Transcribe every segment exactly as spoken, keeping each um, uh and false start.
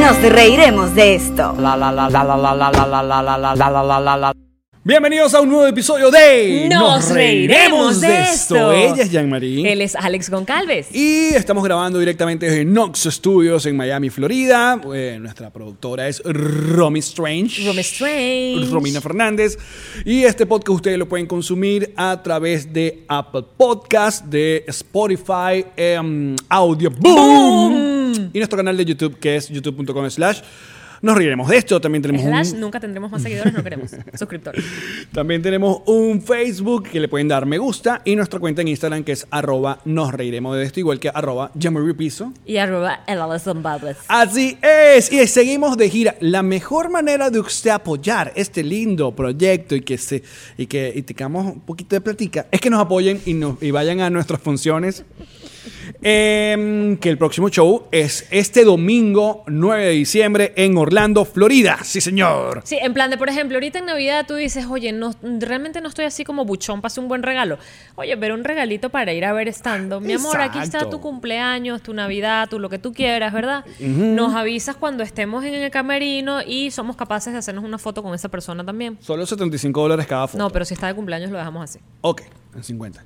Nos reiremos de esto. La la la la la la la la la la la la la la la la. Bienvenidos a un nuevo episodio de Nos, Nos reiremos de esto. esto. Ella es Jean-Marie. Él es Alex Goncalves. Y estamos grabando directamente desde Knox Studios en Miami, Florida. Eh, nuestra productora es Romy Strange. Romy Strange. Romina Fernández. Y este podcast ustedes lo pueden consumir a través de Apple Podcast, de Spotify, um, Audio Boom, Boom. Y nuestro canal de YouTube, que es youtube punto com slash Nos reiremos de esto. También tenemos Slash, un... nunca tendremos más seguidores, no queremos. Suscriptores. También tenemos un Facebook que le pueden dar me gusta y nuestra cuenta en Instagram que es arroba nos reiremos de esto, igual que arroba Jean-Marie Piso. Y arroba el Alison Bables. Así es. Y seguimos de gira. La mejor manera de usted apoyar este lindo proyecto y que se y que y tengamos un poquito de platica es que nos apoyen y, nos, y vayan a nuestras funciones. Eh, que el próximo show es este domingo nueve de diciembre en Orlando, Florida. Sí, señor. Sí, en plan de, por ejemplo, ahorita en Navidad tú dices, oye, no, realmente no estoy así como buchón para hacer un buen regalo. Oye, pero un regalito para ir a ver stand-up. Mi amor, aquí está tu cumpleaños, tu Navidad, tu lo que tú quieras, ¿verdad? Uh-huh. Nos avisas cuando estemos en el camerino y somos capaces de hacernos una foto con esa persona también. Solo setenta y cinco dólares cada foto. No, pero si está de cumpleaños lo dejamos así. Ok, en cincuenta.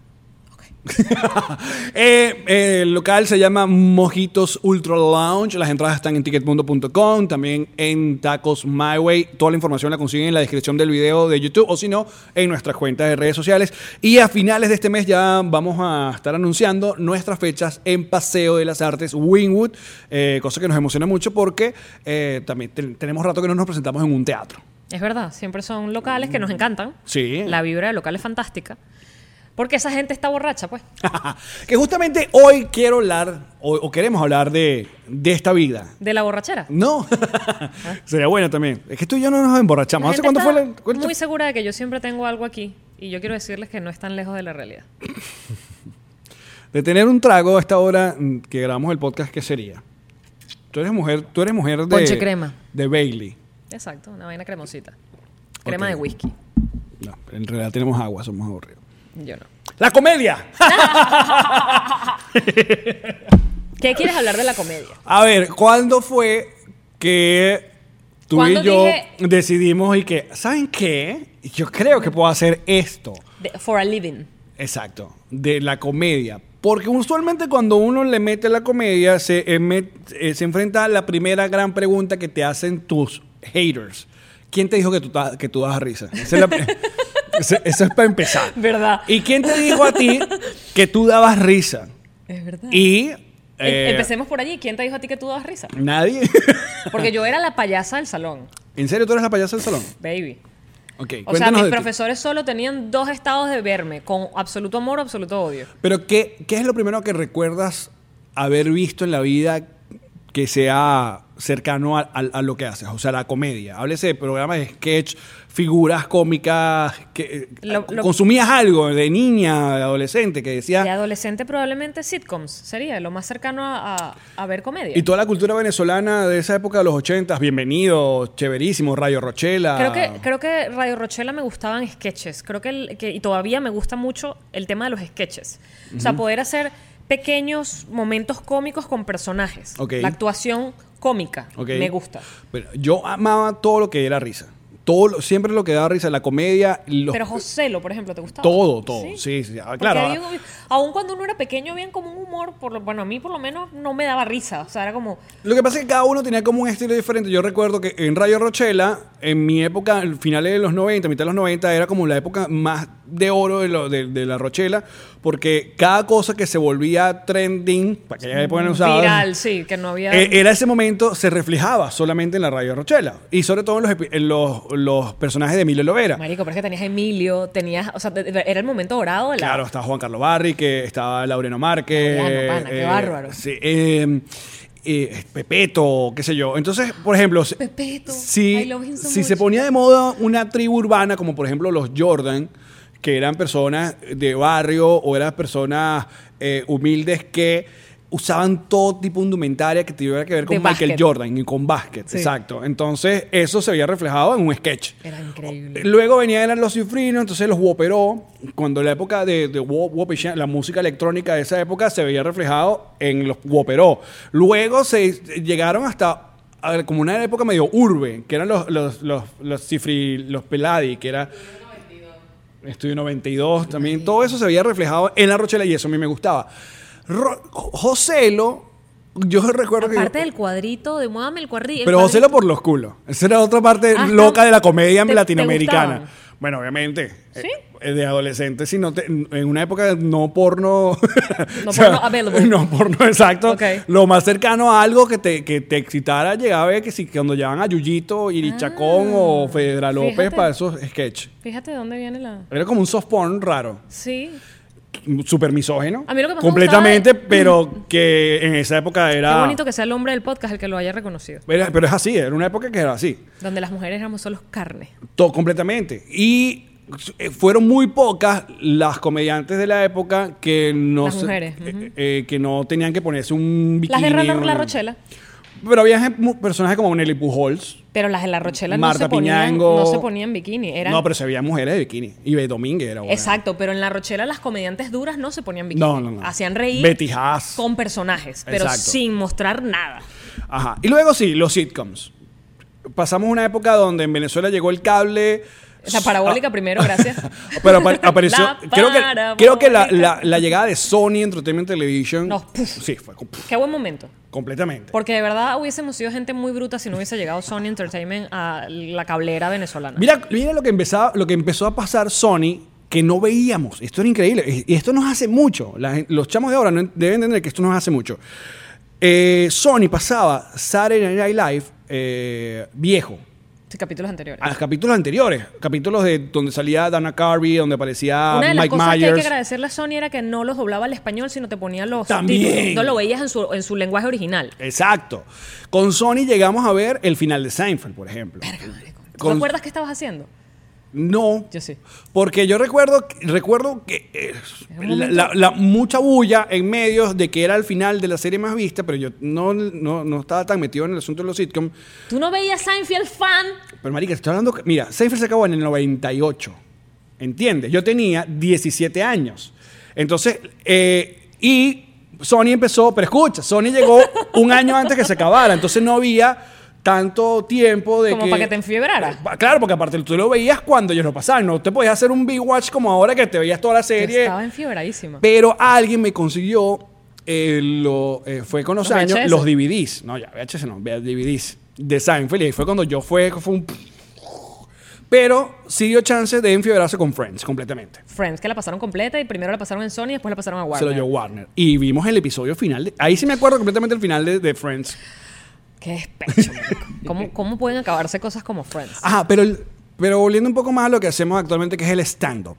eh, eh, el local se llama Mojitos Ultra Lounge. Las entradas están en ticket mundo punto com, también en Tacos My Way. Toda la información la consiguen en la descripción del video de YouTube o si no, en nuestras cuentas de redes sociales. Y a finales de este mes ya vamos a estar anunciando nuestras fechas en Paseo de las Artes Wynwood, eh, cosa que nos emociona mucho porque eh, también te- tenemos rato que no nos presentamos en un teatro. Es verdad, siempre son locales que nos encantan. Sí. La vibra del local es fantástica. Porque esa gente está borracha, pues. Que justamente hoy quiero hablar, o, o queremos hablar de, de esta vida. ¿De la borrachera? No. Sería bueno también. Es que tú y yo no nos emborrachamos. La ¿Hace gente cuánto fue está la...? ¿Cuánto? muy segura de que yo siempre tengo algo aquí. Y yo quiero decirles que no es tan lejos de la realidad. De tener un trago a esta hora mm, que grabamos el podcast, ¿qué sería? Tú eres mujer, tú eres mujer de... Ponche crema. De Bailey. Exacto, una vaina cremosita. Crema Ok. de whisky. No, en realidad tenemos agua, somos aburridos. Yo no. ¡La comedia! ¿Qué quieres hablar de la comedia? A ver, ¿cuándo fue que tú y ¿Cuándo yo dije- decidimos y que, ¿saben qué? Yo creo que puedo hacer esto. De- for a living. Exacto, de la comedia. Porque usualmente cuando uno le mete la comedia, se, eh, met- eh, se enfrenta a la primera gran pregunta que te hacen tus haters. ¿Quién te dijo que tú, ta- que tú das risa? Esa es la pre- ese- eso es para empezar. ¿Verdad? ¿Y quién te dijo a ti que tú dabas risa? Es verdad. Y... Em- eh, Empecemos por allí. ¿Quién te dijo a ti que tú dabas risa? Nadie. Porque yo era la payasa del salón. ¿En serio tú eres la payasa del salón? Baby. Ok, O sea, cuéntanos mis de ti. profesores solo tenían dos estados de verme. Con absoluto amor o absoluto odio. Pero ¿qué, ¿qué es lo primero que recuerdas haber visto en la vida que sea cercano a, a- a lo que haces? O sea, la comedia. Háblese de programas de sketch, figuras cómicas. Que, Lo- lo- ¿Consumías algo de niña, de adolescente, que decía... De adolescente probablemente sitcoms. Sería lo más cercano a, a- a ver comedia. Y toda la cultura venezolana de esa época de los ochentas, bienvenido, chéverísimo, Rayo Rochela. Creo que, creo que Radio Rochela me gustaban sketches. Creo que, el- que y todavía me gusta mucho el tema de los sketches. O sea, poder hacer pequeños momentos cómicos con personajes. Ok. La actuación cómica Ok. me gusta. Pero yo amaba todo lo que era risa. Todo, lo- siempre lo que daba risa, la comedia, los, Pero Joselo, por ejemplo, ¿te gustaba? todo, todo. Sí, sí, ah, Porque claro. había un- aun cuando uno era pequeño, había como un humor, por, lo- bueno, a mí por lo menos no me daba risa. O sea, era como... Lo que pasa es que cada uno tenía como un estilo diferente. Yo recuerdo que en Rayo Rochela, en mi época, al finales de los noventa, mitad de los noventa, era como la época más de oro de, lo- de- de la Rochela, porque cada cosa que se volvía trending, para que ya ponen usado, Viral, sí, que no había... eh, era ese momento, se reflejaba solamente en la Radio Rochela. Y sobre todo en los, epi- en los, los personajes de Emilio Lovera. Marico, pero es que tenías a Emilio, tenías... O sea, te- te- era el momento dorado de la... Claro, estaba Juan Carlos Barri, que estaba Laureno Márquez. Laureano, pana, qué bárbaro. Sí, eh, eh, Pepeto, qué sé yo. Entonces, por ejemplo, si- Pepeto, si, I love him so si much. se ponía de moda una tribu urbana, como por ejemplo los Jordan, que eran personas de barrio o eran personas eh, humildes que usaban todo tipo de indumentaria que tuviera que ver con De Michael básquet. Jordan y con básquet, Sí. exacto. Entonces, eso se veía reflejado en un sketch. Era increíble. Luego venían los cifrinos, entonces los Woperó, cuando la época de, de Wo- Wope- la música electrónica de esa época se veía reflejado en los Woperó. Luego se llegaron hasta a ver, como una época medio urbe, que eran los, los, los, los Cifri, los Peladi, que era... Estudio noventa y dos también. Todo eso se veía reflejado en La Rochela y eso a mí me gustaba. Ro- Joselo, yo recuerdo que... Aparte del cuadrito, de muévame el cuadrito. Pero Joselo por los culos. Esa era otra parte Ah, loca de la comedia ¿te- te latinoamericana. gustaban? Bueno, obviamente. ¿Sí? eh, de adolescente, si no te- en una época no porno. No o sea, porno available. No porno, exacto. Ok. Lo más cercano a algo que te, que te excitara llegaba a ver que si cuando llevaban a Yuyito, Irichacón Ah, o Fedra López fíjate. para esos sketches. Fíjate de dónde viene la... Era como un soft porn raro. Sí. Súper misógeno. A mí lo que más me completamente, gustaba de- pero que en esa época era. Qué bonito que sea el hombre del podcast el que lo haya reconocido. Era- pero es así, era una época que era así. Donde las mujeres éramos solo carne. Todo completamente. Y eh, fueron muy pocas las comediantes de la época que no Las se- mujeres, eh, ujú. eh, que no tenían que ponerse un bikini. Las de La, o- La Rochela. Pero había gen- mu- personajes como Nelly Pujols. Pero las de La Rochela no Marta se, ponían, Piñango. no se ponían bikini. Eran... No, pero se veían mujeres de bikini. Y Bey Domínguez era buena. Exacto, pero en La Rochela las comediantes duras no se ponían bikini. No, no, no. Hacían reír Betty Haas. con personajes, pero Exacto. sin mostrar nada. Ajá. Y luego sí, los sitcoms. Pasamos una época donde en Venezuela llegó el cable. La parabólica Ah, primero, gracias. Pero apa- apareció. La creo que, creo que la, parabólica. la- la llegada de Sony Entertainment Television. No, puf. Sí, fue puf, Qué buen momento. completamente. Porque de verdad hubiésemos sido gente muy bruta si no hubiese llegado Sony Entertainment a la cablera venezolana. Mira, mira lo que empezaba, lo que empezó a pasar Sony, que no veíamos. Esto era increíble. Y esto nos hace mucho. La gen- los chamos de ahora no en- deben entender que esto nos hace mucho. Eh, Sony pasaba Saturday Night Live eh, viejo. Sí, capítulos anteriores. A los capítulos anteriores, capítulos de donde salía Dana Carvey, donde aparecía Una de las Mike cosas que hay que Myers. agradecerle a Sony era que no los doblaba al español, sino te ponía los También. subtítulos. No lo veías en su, en su lenguaje original. Exacto. Con Sony llegamos a ver el final de Seinfeld, por ejemplo. ¿Tú Con- recuerdas qué estabas haciendo? No. Yo sí. Porque yo recuerdo, recuerdo que eh, Era un la, momento- la- la mucha bulla en medios de que era el final de la serie más vista, pero yo no, no, no estaba tan metido en el asunto de los sitcoms. ¿Tú no veías Seinfeld fan? Pero marica, estoy hablando... que- Mira, Seinfeld se acabó en el noventa y ocho. ¿Entiendes? Yo tenía diecisiete años. Entonces, eh, y Sony empezó... Pero escucha, Sony llegó un año antes que se acabara. Entonces no había tanto tiempo de Como que... para que te enfiebrara. Pa- Claro, porque aparte tú lo veías cuando ellos lo pasaban. No te podías hacer un big watch como ahora que te veías toda la Yo serie. estaba enfieradísima. Pero alguien me consiguió... eh, lo, eh, fue con los, Los años V H S. los D V Ds. No, ya V H S no, D V Ds de Seinfeld. Y ahí fue cuando yo fue, fue un... Pero sí dio chance de enfiebrarse con Friends completamente. Friends, que la pasaron completa y primero la pasaron en Sony y después la pasaron a Se Warner. lo dio Warner. Y vimos el episodio final. de- ahí sí me acuerdo completamente el final de, de Friends. Qué despecho, marico. ¿Cómo, ¿Cómo pueden acabarse cosas como Friends? Ajá, pero, el- pero volviendo un poco más a lo que hacemos actualmente, que es el stand-up.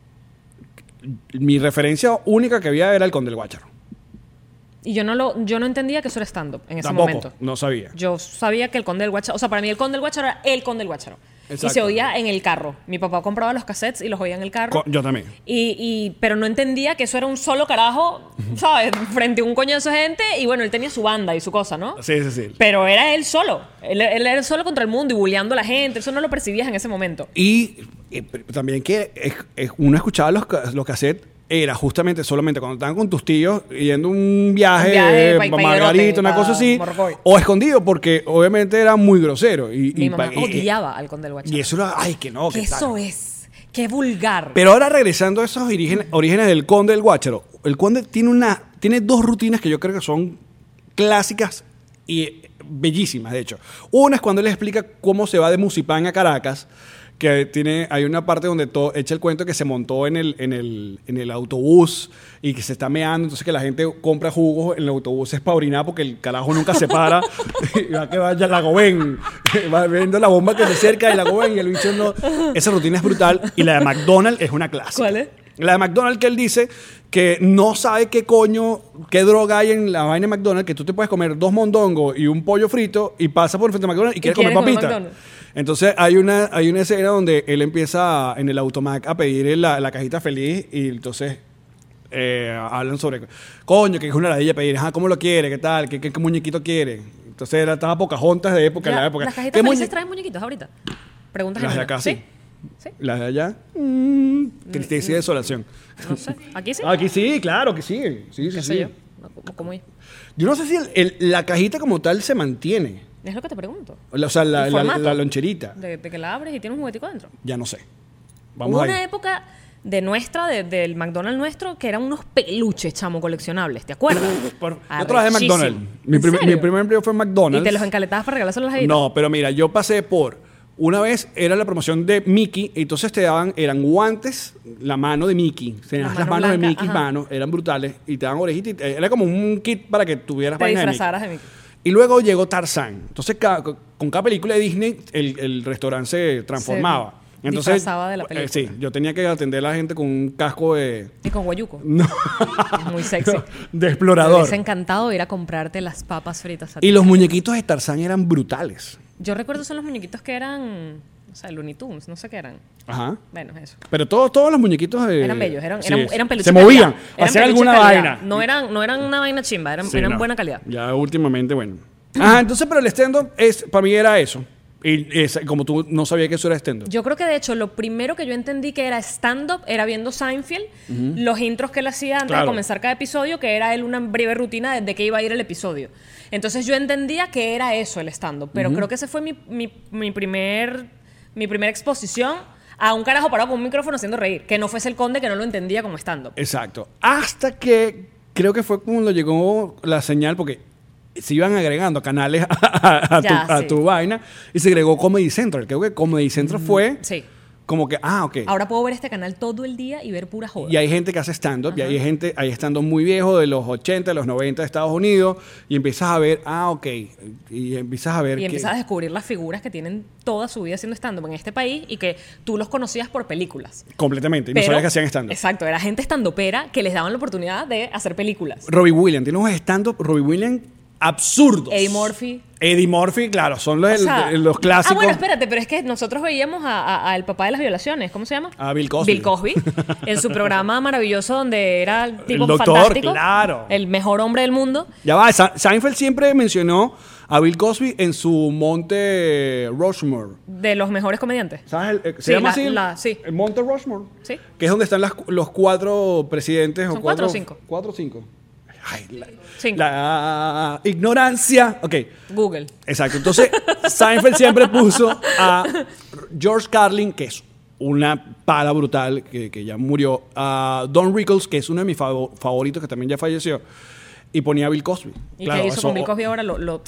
Mi referencia única que había era el Conde del Guácharo. Y yo no lo, yo no entendía que eso era stand-up en ese Tampoco, momento. no sabía. Yo sabía que el Conde del Guácharo, o sea, para mí el Conde del Guácharo era el Conde del Guácharo. Y Exacto. se oía en el carro. Mi papá compraba los cassettes y los oía en el carro. Co- yo también. Y, y- pero no entendía que eso era un solo carajo, ¿sabes? Frente a un coñazo de gente. Y bueno, él tenía su banda y su cosa, ¿no? Sí, sí, sí. Pero era él solo. Él, él era solo contra el mundo y bulleando a la gente. Eso no lo percibías en ese momento. Y, eh, pero también que es- es- uno escuchaba los, ca- los cassettes, era justamente solamente cuando estaban con tus tíos yendo un viaje, Un viaje eh, pa- pa pa Margarita, Higuerote, una pa cosa así, Morrocoy. o escondido, porque obviamente era muy grosero. Y, Mi y mamá pa- y- odiaba al Conde del Guácharo. y eso era, ay, que no, ¿Qué que tal. eso es? ¡Qué vulgar! Pero ahora regresando a esos orígenes, orígenes del Conde del Guácharo, el Conde tiene una tiene dos rutinas que yo creo que son clásicas y eh, bellísimas, de hecho. Una es cuando él explica cómo se va de Musipán a Caracas, que tiene hay una parte donde todo, echa el cuento que se montó en el, en el, en el autobús y que se está meando, entonces que la gente compra jugos en el autobús es para orinar porque el carajo nunca se para y va que vaya la Gobén, va viendo la bomba que se acerca de la Gobén y el bicho no... Esa rutina es brutal y la de McDonald's es una clásica. ¿Cuál es? La de McDonald's, que él dice que no sabe qué coño, qué droga hay en la vaina de McDonald's, que tú te puedes comer dos mondongos y un pollo frito y pasa por frente a McDonald's y, quieres comer quieres comer papita. McDonald's. Entonces hay una, hay una escena donde él empieza en el automac a pedir la, la cajita feliz y entonces eh, hablan sobre, coño, que es una ladilla pedir, ah, ¿cómo lo quiere? ¿Qué tal? ¿Qué, qué, qué muñequito quiere? Entonces era, estaba Pocahontas de época, en Ya, la época. ¿Las cajitas ¿Qué felices muñe- traen muñequitos ahorita? Preguntas Las de genuinas. acá sí. ¿Sí? Las de allá, mm, tristeza y desolación. No sé. ¿Aquí sí? Aquí sí, claro que sí. Sí, sí, ¿Qué sí. sé yo? No, ¿Cómo, cómo es? Yo no sé si el- el- la cajita como tal se mantiene. Es lo que te pregunto. O sea, la, El la, formato. la loncherita. De, de que la abres y tiene un juguetico dentro. Ya no sé. Vamos Hubo ahí. una época de nuestra, de- del McDonald's nuestro, que eran unos peluches, chamo, coleccionables. ¿Te acuerdas? Por- yo trabajé en Arrechísimo. McDonald's. Mi, ¿En prim- serio? mi primer empleo fue en ¿Y McDonald's. te los encaletabas para regalárselo a las gallinas? No, pero mira, yo pasé por... Una vez era la promoción de Mickey, entonces te daban, eran guantes, la mano de Mickey. Tenías La las mano manos de blanca, Mickey, ajá. manos, eran brutales, y te daban orejitas. y te- Era como un kit para que tuvieras Te vaina de Mickey. disfrazaras de Mickey. Y luego llegó Tarzán. Entonces, ca- con cada película de Disney, el, el restaurante se transformaba. Se Entonces, disfrazaba de la eh, película. sí, yo tenía que atender a la gente con un casco de... Y con guayuco. No, Muy sexy. de Me explorador. hubiese encantado ir a comprarte las papas fritas a ti. Y los muñequitos de Tarzán eran brutales. Yo recuerdo son los muñequitos que eran, o sea, Looney Tunes, no sé qué eran. Ajá. Bueno, eso. Pero todos, todos los muñequitos de... Eran bellos, eran, sí, eran, eran peluches se de movían, calidad. Eran hacían peluches alguna de calidad. vaina. No eran, no eran una vaina chimba, eran, Sí, eran no. buena calidad. Ya últimamente, bueno. Ajá, entonces, pero el stand-up es, para mí era eso. Y es, como tú no sabías que eso era stand-up. Yo creo que de hecho lo primero que yo entendí que era stand-up era viendo Seinfeld, los intros que él hacía antes Claro. de comenzar cada episodio, que era él una breve rutina desde que iba a ir el episodio. Entonces yo entendía que era eso el stand-up, pero creo que ese fue mi, mi, mi primer, mi primera exposición a un carajo parado con un micrófono haciendo reír, que no fuese el Conde, que no lo entendía como stand-up. Exacto. Hasta que creo que fue cuando llegó la señal, porque se iban agregando canales a, a- a Ya, tu, a sí. tu vaina y se agregó Comedy Central. Creo que Comedy Central fue Sí. como que, ah, ok. Ahora puedo ver este canal todo el día y ver pura joda. Y hay gente que hace stand-up, y hay gente, hay stand-up muy viejo de los ochenta, de los noventa de Estados Unidos, y empiezas a ver, ah, ok, y empiezas a ver Y que... empiezas a descubrir las figuras que tienen toda su vida haciendo stand-up en este país y que tú los conocías por películas. Completamente, y no Pero- sabías que hacían stand-up. Exacto, era gente stand-upera que les daban la oportunidad de hacer películas. Robbie Williams, tiene unos stand-up, Robbie Williams, absurdos. Eddie Murphy. Eddie Murphy, claro, son los, O sea, el- los clásicos. Ah, bueno, espérate, pero es que nosotros veíamos a- a- al papá de las violaciones, ¿cómo se llama? A Bill Cosby. Bill Cosby, en su programa maravilloso donde era el tipo El doctor, fantástico. claro. El mejor hombre del mundo. Ya va, Sa- Seinfeld siempre mencionó a Bill Cosby en su monte Rushmore. De los mejores comediantes. ¿Sabes? El- eh, ¿Se Sí, llama la- así? el- la- sí. El monte Rushmore. Sí. Que es donde están las- los cuatro presidentes. ¿Son o cuatro cuatro o cinco? Cuatro o cinco. Ay, la, Cinco. la ignorancia. Ok. Google. Exacto. Entonces, Seinfeld siempre puso a George Carlin, que es una pala brutal, que, que ya murió, a Don Rickles, que es uno de mis favo- favoritos, que también ya falleció, y ponía a Bill Cosby. ¿Y Claro, qué hizo eso- con Bill Cosby ahora? Lo, lo-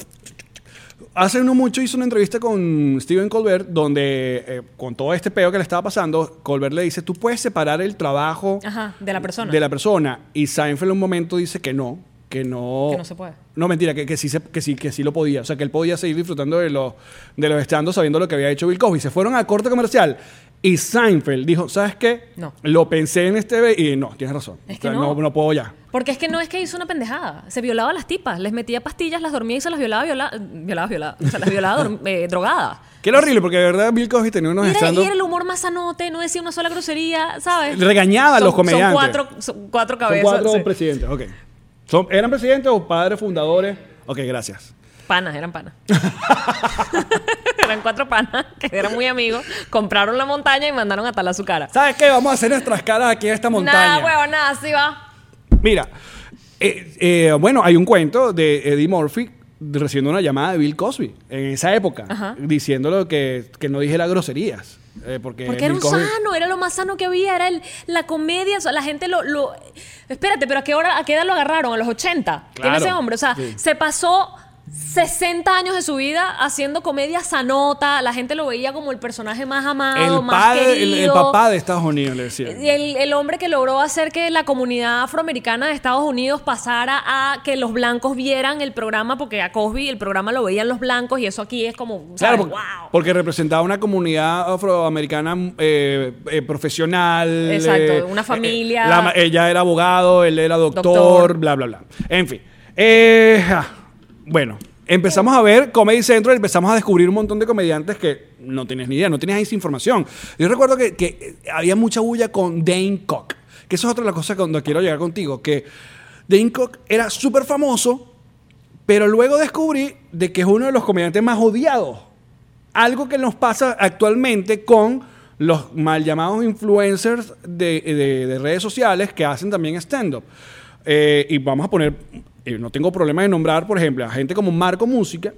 Hace no mucho hizo una entrevista con Stephen Colbert, donde eh, con todo este peo que le estaba pasando, Colbert le dice, tú puedes separar el trabajo Ajá, de la persona. de la persona. Y Seinfeld en un momento dice que no, que no... Que no se puede. No, mentira, que, que, sí, se- que, sí, que sí lo podía. O sea, que él podía seguir disfrutando de los, de los stand sabiendo lo que había hecho Bill Cosby. Se fueron a corte comercial y Seinfeld dijo, ¿sabes qué? No. Lo pensé en este... ve- Y no, tienes razón. Es O que sea, no. no. No puedo ya. Porque es que no es que hizo una pendejada. Se violaba a las tipas. Les metía pastillas, las dormía y se las violaba, violaba, violaba, violaba. O sea, las violaba dorm- eh, drogadas. Que era horrible, porque de verdad Bill Cosby tenía unos Y era, stand y era el humor más sanote, no decía una sola grosería, ¿sabes? Regañaba a Son- los comediantes. Son cuatro, son cuatro Son cabezas. cuatro sí. presidentes, ok. Son, ¿Eran presidentes o padres fundadores? Ok, gracias. Panas, eran panas. Eran cuatro panas que eran muy amigos. Compraron la montaña y mandaron a talar su cara. ¿Sabes qué? Vamos a hacer nuestras caras aquí en esta montaña. Nada, huevo, nada, así va. Mira, eh, eh, bueno, hay un cuento de Eddie Murphy recibiendo una llamada de Bill Cosby en esa época, Ajá. diciéndolo que, que no dijera groserías. eh, porque Porque era Bill un Cosby- sano, era lo más sano que había, era el, la comedia, o sea, la gente lo, lo... Espérate, pero ¿a qué hora, a qué edad lo agarraron? ¿A los ochenta? Tiene Claro, ese hombre, o sea, sí. se pasó sesenta años de su vida haciendo comedia sanota, la gente lo veía como el personaje más amado, el, más padre, el, querido. el papá de Estados Unidos, le decía. Y el, el hombre que logró hacer que la comunidad afroamericana de Estados Unidos pasara a que los blancos vieran el programa, porque a Cosby el programa lo veían los blancos y eso aquí es como, Claro, ¿sabes? porque, ¡Wow! porque representaba una comunidad afroamericana eh, eh, profesional. Exacto, eh, una eh, familia. la ma- ella era abogado, él era doctor, Doctor. bla, bla, bla. En fin. Eh, ah, bueno, empezamos a ver Comedy Central, empezamos a descubrir un montón de comediantes que no tienes ni idea, no tenías esa información. Yo recuerdo que, que había mucha bulla con Dane Cook, que eso es otra de las cosas cuando quiero llegar contigo, que Dane Cook era súper famoso, pero luego descubrí de que es uno de los comediantes más odiados. Algo que nos pasa actualmente con los mal llamados influencers de, de- de redes sociales que hacen también stand-up. Eh, y vamos a poner, eh, no tengo problema de nombrar, por ejemplo, a gente como Marco Música,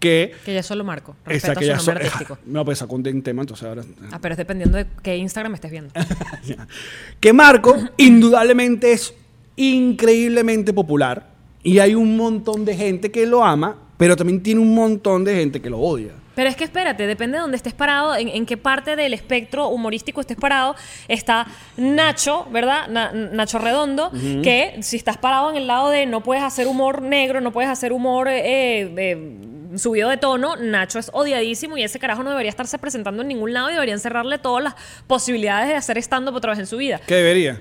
que... Que ya es solo Marco. Esa, Respeta que su ya nombre so- artístico. No, pues sacó un tema, entonces ahora... Ah, pero es dependiendo de qué Instagram estés viendo. Que Marco, indudablemente, es increíblemente popular. Y hay un montón de gente que lo ama, pero también tiene un montón de gente que lo odia. Pero es que espérate, depende de dónde estés parado, en, en qué parte del espectro humorístico estés parado. Está Nacho, ¿verdad? Na- Nacho Redondo, uh-huh. que si estás parado en el lado de no puedes hacer humor negro, no puedes hacer humor eh, eh, subido de tono, Nacho es odiadísimo y ese carajo no debería estarse presentando en ningún lado y deberían cerrarle todas las posibilidades de hacer stand-up otra vez en su vida. ¿Qué debería?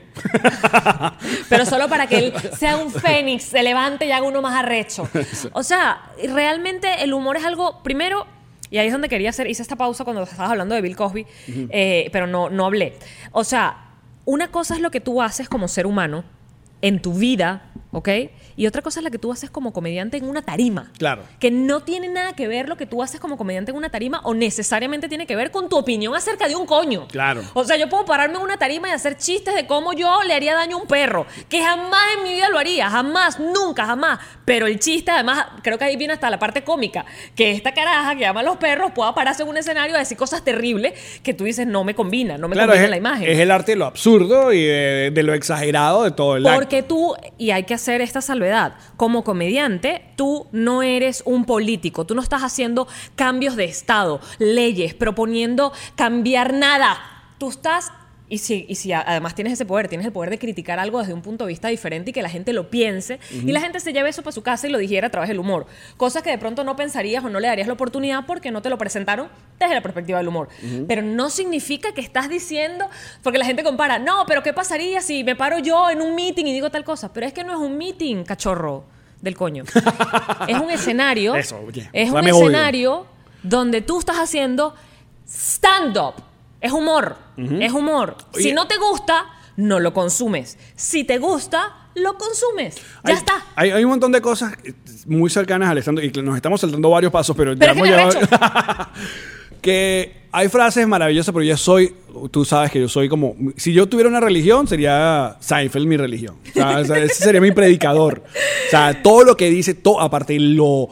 Pero solo para que él sea un fénix, se levante y haga uno más arrecho. O sea, realmente el humor es algo, primero... Y ahí es donde quería hacer, hice esta pausa cuando estabas hablando de Bill Cosby, uh-huh. eh, pero no, no hablé. O sea, una cosa es lo que tú haces como ser humano en tu vida, ¿ok? Y otra cosa es la que tú haces como comediante en una tarima. Claro. Que no tiene nada que ver lo que tú haces como comediante en una tarima o necesariamente tiene que ver con tu opinión acerca de un coño. Claro. O sea, yo puedo pararme en una tarima y hacer chistes de cómo yo le haría daño a un perro, que jamás en mi vida lo haría, jamás, nunca, jamás. Pero el chiste, además, creo que ahí viene hasta la parte cómica, que esta caraja que ama a los perros pueda pararse en un escenario a decir cosas terribles que tú dices, no me combina, no me claro, combina es, la imagen. Es el arte de lo absurdo y de, de lo exagerado de todo el Porque acto. tú, y hay que hacer esta salvedad, como comediante, tú no eres un político, tú no estás haciendo cambios de estado, leyes, proponiendo cambiar nada. Tú estás, y si, y si además tienes ese poder, tienes el poder de criticar algo desde un punto de vista diferente y que la gente lo piense, uh-huh. y la gente se lleve eso para su casa y lo digiera a través del humor. Cosas que de pronto no pensarías o no le darías la oportunidad porque no te lo presentaron desde la perspectiva del humor. Uh-huh. Pero no significa que estás diciendo, porque la gente compara, no, pero ¿qué pasaría si me paro yo en un meeting y digo tal cosa? Pero es que no es un meeting, cachorro del coño. Es un escenario. Eso, oye, es un escenario odio. Donde tú estás haciendo stand-up. Es humor. Uh-huh. Es humor. Oye. Si no te gusta, no lo consumes. Si te gusta, lo consumes. Ya hay, está. Hay, hay un montón de cosas muy cercanas a Alessandro y nos estamos saltando varios pasos, pero, pero ya es hemos que llevado... que hay frases maravillosas, pero yo soy, tú sabes que yo soy como, si yo tuviera una religión, sería Seinfeld mi religión. O sea, o sea, ese sería mi predicador. O sea, todo lo que dice, todo, aparte lo,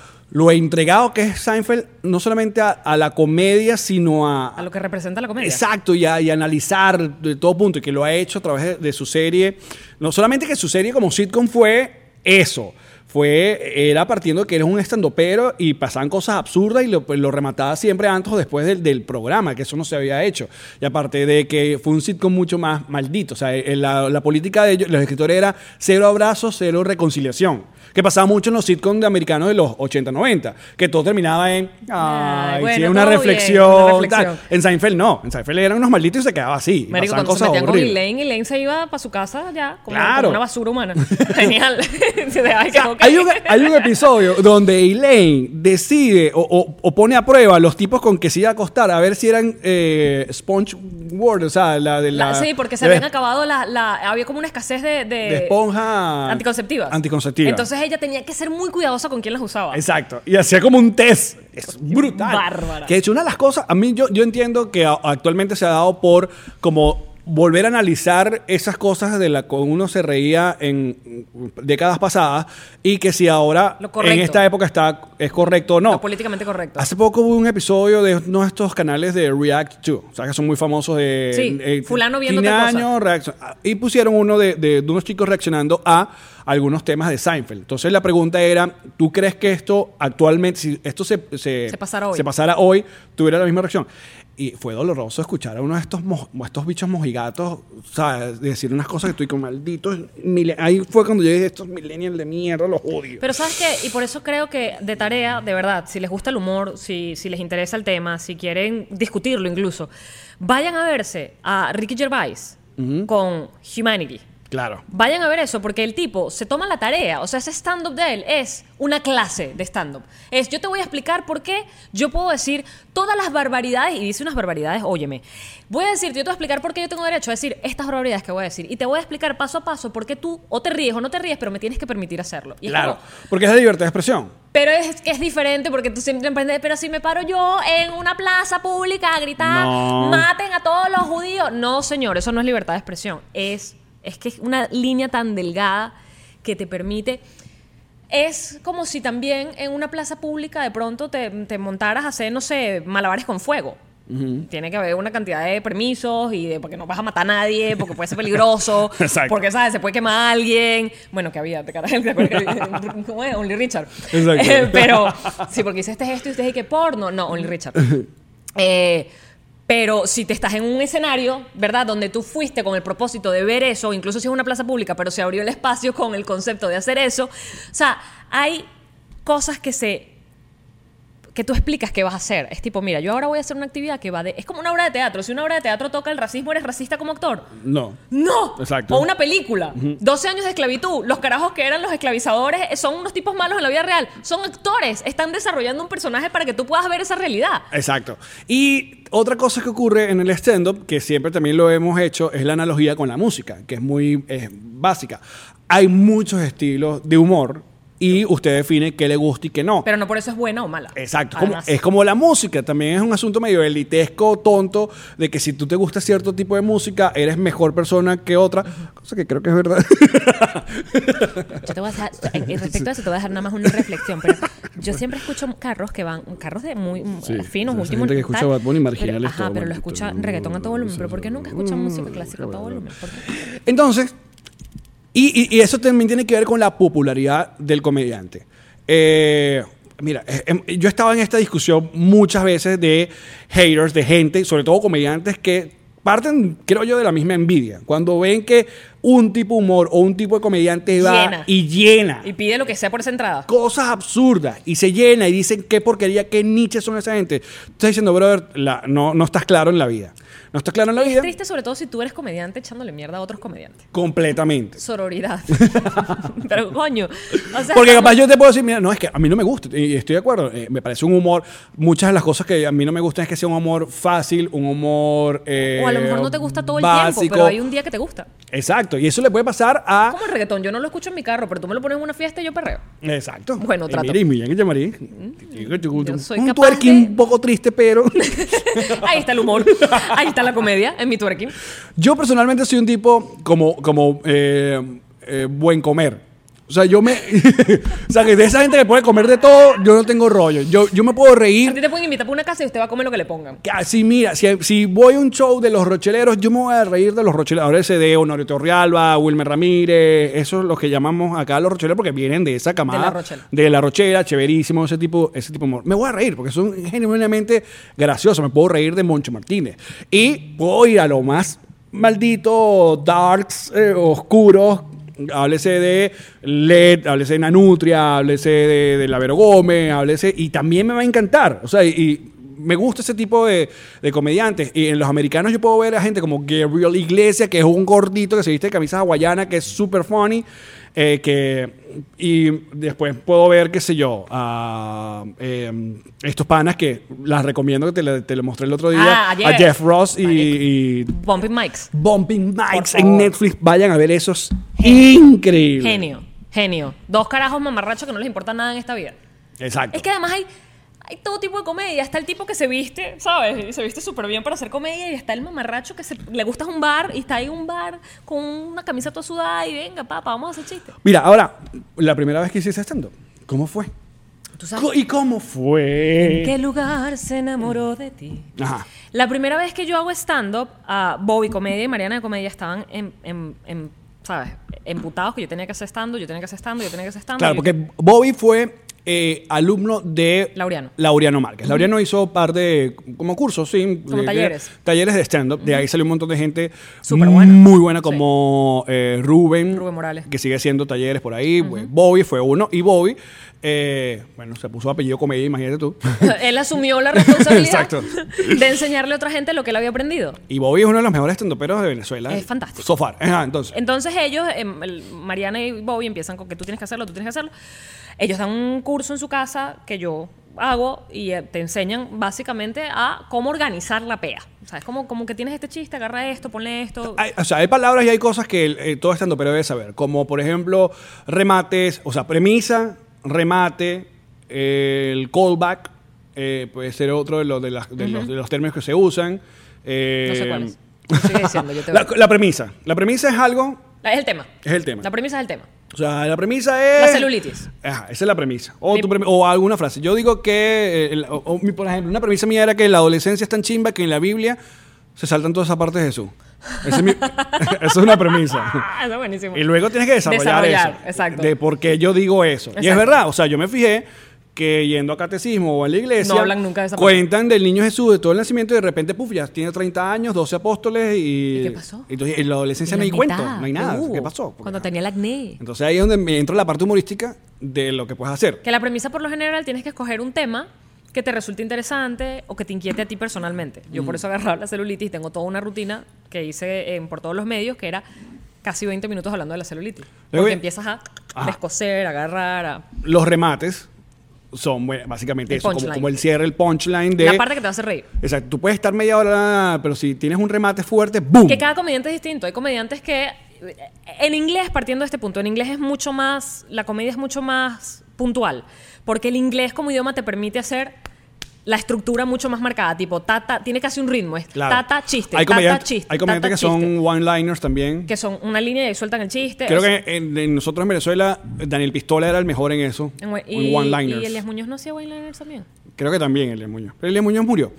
lo entregado que es Seinfeld, no solamente a, a la comedia, sino a... A lo que representa la comedia. Exacto, y, a, y analizar de todo punto, y que lo ha hecho a través de, de su serie. No solamente que su serie como sitcom fue eso, fue, era partiendo de que eres un estandopero y pasaban cosas absurdas y lo, lo remataba siempre antes o después del, del programa, que eso no se había hecho. Y aparte de que fue un sitcom mucho más maldito. O sea, la, la política de ellos, los escritores era cero abrazos, cero reconciliación. Que pasaba mucho en los sitcoms de americanos de los ochenta, noventa. Que todo terminaba en, ay, ay bueno, sí, una, reflexión, bien, una reflexión. Tal. En Seinfeld no. En Seinfeld eran unos malditos y se quedaba así. Marico, cuando se metían con Elaine, Elaine se iba para su casa ya, como, claro. como una basura humana. Genial. se o sea, okay. hay, un, hay un episodio donde Elaine decide o, o, o pone a prueba a los tipos con que se iba a acostar a ver si eran eh, Sponge World, o sea, la de la... la sí, porque se habían acabado la, la... Había como una escasez de... De, de esponja... Anticonceptivas. Anticonceptivas. Entonces ella tenía que ser muy cuidadosa con quién las usaba. Exacto. Y hacía como un test. Es brutal. Bárbara. Que de hecho una de las cosas, a mí yo, yo entiendo que a, actualmente se ha dado por como volver a analizar esas cosas de las que uno se reía en décadas pasadas y que si ahora en esta época está es correcto o no. Lo políticamente correcto. Hace poco hubo un episodio de uno de estos canales de React to, o sea que son muy famosos de... Sí, eh, fulano viendo tal cosa. Reaccion, y pusieron uno de, de, de unos chicos reaccionando a algunos temas de Seinfeld. Entonces la pregunta era, ¿tú crees que esto actualmente, si esto se, se, se, pasara, hoy. se pasara hoy, tuviera la misma reacción? Y fue doloroso escuchar a uno de estos, mo, estos bichos mojigatos, ¿sabes? Decir unas cosas que estoy con malditos. Ahí fue cuando yo dije, estos millennials de mierda, los odio. Pero ¿sabes qué? Y por eso creo que de tarea, de verdad, si les gusta el humor, si, si les interesa el tema, si quieren discutirlo incluso, vayan a verse a Ricky Gervais uh-huh. con Humanity. Claro. Vayan a ver eso, porque el tipo se toma la tarea. O sea, ese stand-up de él es una clase de stand-up. Es, yo te voy a explicar por qué yo puedo decir todas las barbaridades, y dice unas barbaridades, óyeme. Voy a decirte, yo te voy a explicar por qué yo tengo derecho a decir estas barbaridades que voy a decir. Y te voy a explicar paso a paso por qué tú o te ríes o no te ríes, pero me tienes que permitir hacerlo. Y claro, es como, porque es de libertad de expresión. Pero es que es diferente porque tú siempre emprendes, pero si me paro yo en una plaza pública a gritar, no. maten a todos los judíos. No, señor, eso no es libertad de expresión. Es... Es que es una línea tan delgada que te permite... es como si también en una plaza pública de pronto te, te montaras a hacer, no sé, malabares con fuego. Uh-huh. Tiene que haber una cantidad de permisos y de porque no vas a matar a nadie, porque puede ser peligroso, porque, ¿sabes? Se puede quemar a alguien. Bueno, que había, te caras, ¿cómo es? Only Richard. Eh, pero, sí, porque hiciste esto y ustedes dije que porno. No, Only Richard. Eh... Pero si te estás en un escenario, ¿verdad? Donde tú fuiste con el propósito de ver eso, incluso si es una plaza pública, pero se abrió el espacio con el concepto de hacer eso. O sea, hay cosas que se... que tú explicas que vas a hacer. Es tipo, mira, yo ahora voy a hacer una actividad que va de... Es como una obra de teatro. Si una obra de teatro toca el racismo, ¿eres racista como actor? No. ¡No! Exacto. O una película. Uh-huh. doce años de esclavitud. Los carajos que eran los esclavizadores son unos tipos malos en la vida real. Son actores. Están desarrollando un personaje para que tú puedas ver esa realidad. Exacto. Y otra cosa que ocurre en el stand-up, que siempre también lo hemos hecho, es la analogía con la música, que es muy eh, básica. Hay muchos estilos de humor y usted define qué le gusta y qué no. Pero no por eso es buena o mala. Exacto. Como, es como la música. También es un asunto medio elitesco, tonto, de que si tú te gusta cierto tipo de música, eres mejor persona que otra. Uh-huh. Cosa que creo que es verdad. Yo te voy a dejar, respecto a eso, te voy a dejar nada más una reflexión. Pero yo siempre escucho carros que van, carros de muy sí, finos, últimos. Gente que escucha Bad Bunny marginales. Pero, ajá, todo, pero lo escucha reggaetón a todo volumen. ¿Pero por qué nunca escuchan música clásica a todo volumen? ¿Por qué? Entonces... Y, y, y eso también tiene que ver con la popularidad del comediante. Eh, mira, eh, yo estaba en esta discusión muchas veces de haters, de gente, sobre todo comediantes que parten, creo yo, de la misma envidia. Cuando ven que un tipo de humor o un tipo de comediante va llena. y llena. Y pide lo que sea por esa entrada. Cosas absurdas. Y se llena y dicen qué porquería, qué niches son esa gente. Estás diciendo, brother, la, no, no estás claro en la vida. No estás claro en la es vida. Es triste, sobre todo si tú eres comediante echándole mierda a otros comediantes. Completamente. Sororidad. Pero, coño. O sea, porque capaz yo te puedo decir, mira, no, es que a mí no me gusta. Y estoy de acuerdo. Eh, me parece un humor. Muchas de las cosas que a mí no me gustan es que sea un humor fácil, un humor. Eh, o a lo mejor no te gusta todo el básico. tiempo, pero hay un día que te gusta. Exacto. Y eso le puede pasar a. Como el reggaetón. Yo no lo escucho en mi carro, pero tú me lo pones en una fiesta y yo perreo. Exacto. Bueno, trato. Y mira, y que llamaría. Yo soy un capaz twerking de... un poco triste, pero. Ahí está el humor. Ahí está la comedia, en mi twerking. Yo personalmente soy un tipo como, como eh, eh, buen comer. O sea, yo me... o sea, que de esa gente que puede comer de todo, yo no tengo rollo. Yo, yo me puedo reír. A ti te pueden invitar para una casa y usted va a comer lo que le pongan. Sí, mira, si, si voy a un show de los rocheleros, yo me voy a reír de los rocheleros. Ahora ese de Honorio Torrealba, Wilmer Ramírez, esos los que llamamos acá los rocheleros porque vienen de esa camada. De la Rochela. De la Rochela, chéverísimo, ese tipo, ese tipo de humor. Me voy a reír porque son genuinamente graciosos. Me puedo reír de Moncho Martínez. Y puedo ir a lo más maldito, darks, eh, oscuros. Háblese de L E D, háblese de Nanutria, háblese de, de la Vero Gómez, háblese... Y también me va a encantar. O sea, y, y me gusta ese tipo de, de comediantes. Y en los americanos yo puedo ver a gente como Gabriel Iglesias, que es un gordito que se viste de camisa hawaiana, que es súper funny. Eh, que, y después puedo ver, qué sé yo, uh, eh, estos panas que las recomiendo, que te lo te mostré el otro día, ah, a Jeff Ross y, y Bumping Mikes. Bumping Mikes en Netflix. Vayan a ver esos. Increíble. Genio, genio. Dos carajos mamarrachos que no les importa nada en esta vida. Exacto. Es que además hay, hay todo tipo de comedia. Está el tipo que se viste, ¿sabes? Y se viste súper bien para hacer comedia. Y está el mamarracho que se, le gusta un bar y está ahí en un bar con una camisa toda sudada y venga, papá, vamos a hacer chistes. Mira, ahora, la primera vez que hiciste stand-up, ¿cómo fue? ¿Tú sabes? ¿Y cómo fue? ¿En qué lugar se enamoró de ti? Ajá. La primera vez que yo hago stand-up, uh, Bobby Comedia y Mariana de Comedia estaban en, en, en, ¿sabes? Emputados que yo tenía que hacer stand-up, yo tenía que hacer stand-up, yo tenía que hacer stand-up. Claro, porque Bobby fue eh, alumno de Laureano. Laureano Márquez. Uh-huh. Laureano hizo par de, como cursos, sí. Como de, talleres. De, talleres de stand-up. Uh-huh. De ahí salió un montón de gente Súper buena. Muy buena, como sí. eh, Rubén. Rubén Morales. Que sigue haciendo talleres por ahí. Uh-huh. Bobby fue uno. Y Bobby, eh, bueno, se puso apellido Comedia, imagínate tú. Él asumió la responsabilidad Exacto. de enseñarle a otra gente lo que él había aprendido. Y Bobby es uno de los mejores stand-uperos de Venezuela. Es fantástico. So far. Ajá, entonces. Entonces ellos, eh, Mariana y Bobby, empiezan con que tú tienes que hacerlo, tú tienes que hacerlo. Ellos dan un curso en su casa que yo hago y eh, te enseñan básicamente a cómo organizar la pea. O sea, es como, como que tienes este chiste, agarra esto, ponle esto. Hay, o sea, hay palabras y hay cosas que eh, todo estandupero debe saber. Como, por ejemplo, remates, o sea, premisa, remate, eh, el callback, eh, puede ser otro de, los de, las, de, uh-huh. los, de los términos que se usan. Eh, no sé cuál es. Sigue diciendo, yo te la, la premisa. La premisa es algo... Es el tema. Es el tema. La premisa es el tema. O sea, la premisa es... La celulitis. Ajá, esa es la premisa. O, Mi- tu premi- o alguna frase. Yo digo que, eh, el- o- o mi- por ejemplo, una premisa mía era que la adolescencia es tan chimba que en la Biblia se saltan todas esas partes de Jesús. Esa es, mi- esa es una premisa. Ah, eso es buenísimo. Y luego tienes que desarrollar, Desarrollar, eso. exacto. De por qué yo digo eso. Y es Exacto. verdad. O sea, yo me fijé que yendo a catecismo o a la iglesia, No hablan nunca de esa parte. cuentan del niño Jesús, de todo el nacimiento, y de repente, puf, ya tiene treinta años, doce apóstoles y... ¿Y qué pasó? Entonces, en la adolescencia Y no la hay cuento, mitad, no hay nada. uh, ¿Qué pasó? Porque, Cuando ajá. tenía el acné. Entonces ahí es donde me entra la parte humorística de lo que puedes hacer. Que la premisa por lo general tienes que escoger un tema que te resulte interesante o que te inquiete a ti personalmente. Yo por eso agarraba la celulitis y tengo toda una rutina que hice en- por todos los medios que era casi veinte minutos hablando de la celulitis. Luego- Porque empiezas a Ajá. descoser, a agarrar, a... Los remates son bueno, básicamente El eso, como, punchline. como el cierre, el punchline de... La parte que te va a hacer reír. Exacto, tú puedes estar media hora, pero si tienes un remate fuerte, ¡boom! Que cada comediante es distinto. Hay comediantes que... En inglés, partiendo de este punto, en inglés es mucho más... La comedia es mucho más puntual. Porque el inglés como idioma te permite hacer la estructura mucho más marcada. Tipo, tata... Tiene casi un ritmo. Es Claro. tata, chiste, Hay tata, comediantes, chiste, hay comediantes tata, que son chiste. one-liners también. Que son una línea y ahí sueltan el chiste. Creo O sea, que en, en nosotros en Venezuela, Daniel Pistola era el mejor en eso. en we- en y, one-liners. y Elias Muñoz no hacía one-liners también. Creo que también Elias Muñoz. Pero Elias Muñoz murió.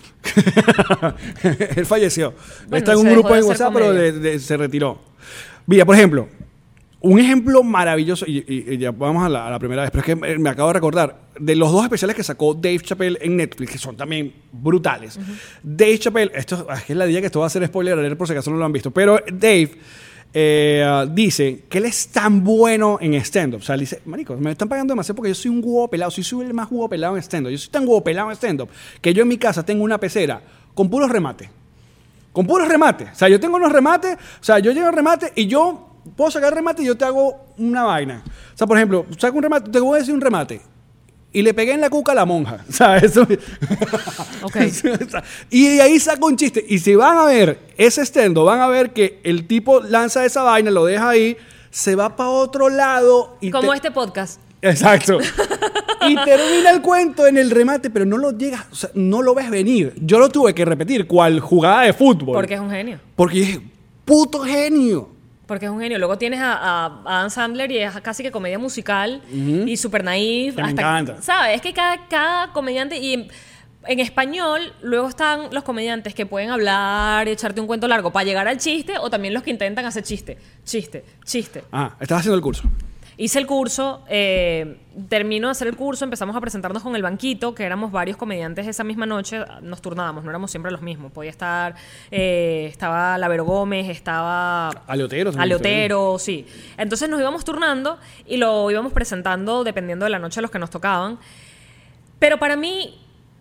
Él falleció. Bueno, Está en un se grupo dejó de en hacer WhatsApp, pero comedia. de- de- se retiró. Mira, por ejemplo, un ejemplo maravilloso, y, y- y ya vamos a la, a la primera vez, pero es que me, me acabo de recordar, de los dos especiales que sacó Dave Chappelle en Netflix, que son también brutales. Dave Chappelle, esto es que es la día que esto va a ser spoiler alert por si acaso no lo han visto, pero Dave eh, dice que él es tan bueno en stand-up. O sea, él dice, marico, me están pagando demasiado porque yo soy un huevo pelado, soy, soy el más huevo pelado en stand-up. Yo soy tan huevo pelado en stand-up que yo en mi casa tengo una pecera con puros remates. Con puros remates. O sea, yo tengo unos remates, o sea, yo llego al remate y yo puedo sacar remate y yo te hago una vaina. O sea, por ejemplo, saco un remate, te voy a decir un remate. Y le pegué en la cuca a la monja. O sea, eso... Ok. Y de ahí saco un chiste. Y si van a ver ese stand van a ver que el tipo lanza esa vaina, lo deja ahí, se va para otro lado y Como te- este podcast. Exacto. Y termina el cuento en el remate, pero no lo llegas, o sea, no lo ves venir. Yo lo tuve que repetir, cual jugada de fútbol. Porque es un genio. Porque dije, puto genio. Porque es un genio. Luego tienes a, a, a Adam Sandler y es casi que comedia musical y súper naif. Que me encanta. ¿Sabes? Es que cada, cada comediante... Y en, en español, luego están los comediantes que pueden hablar y echarte un cuento largo para llegar al chiste, o también los que intentan hacer chiste, chiste, chiste. Ah, estás haciendo el curso. Hice el curso, eh, termino de hacer el curso, empezamos a presentarnos con el banquito, que éramos varios comediantes esa misma noche, nos turnábamos, no éramos siempre los mismos. Podía estar, eh, estaba Lavero Gómez, estaba... Aleotero también. Aleotero, sí. Entonces nos íbamos turnando y lo íbamos presentando dependiendo de la noche a los que nos tocaban. Pero para mí,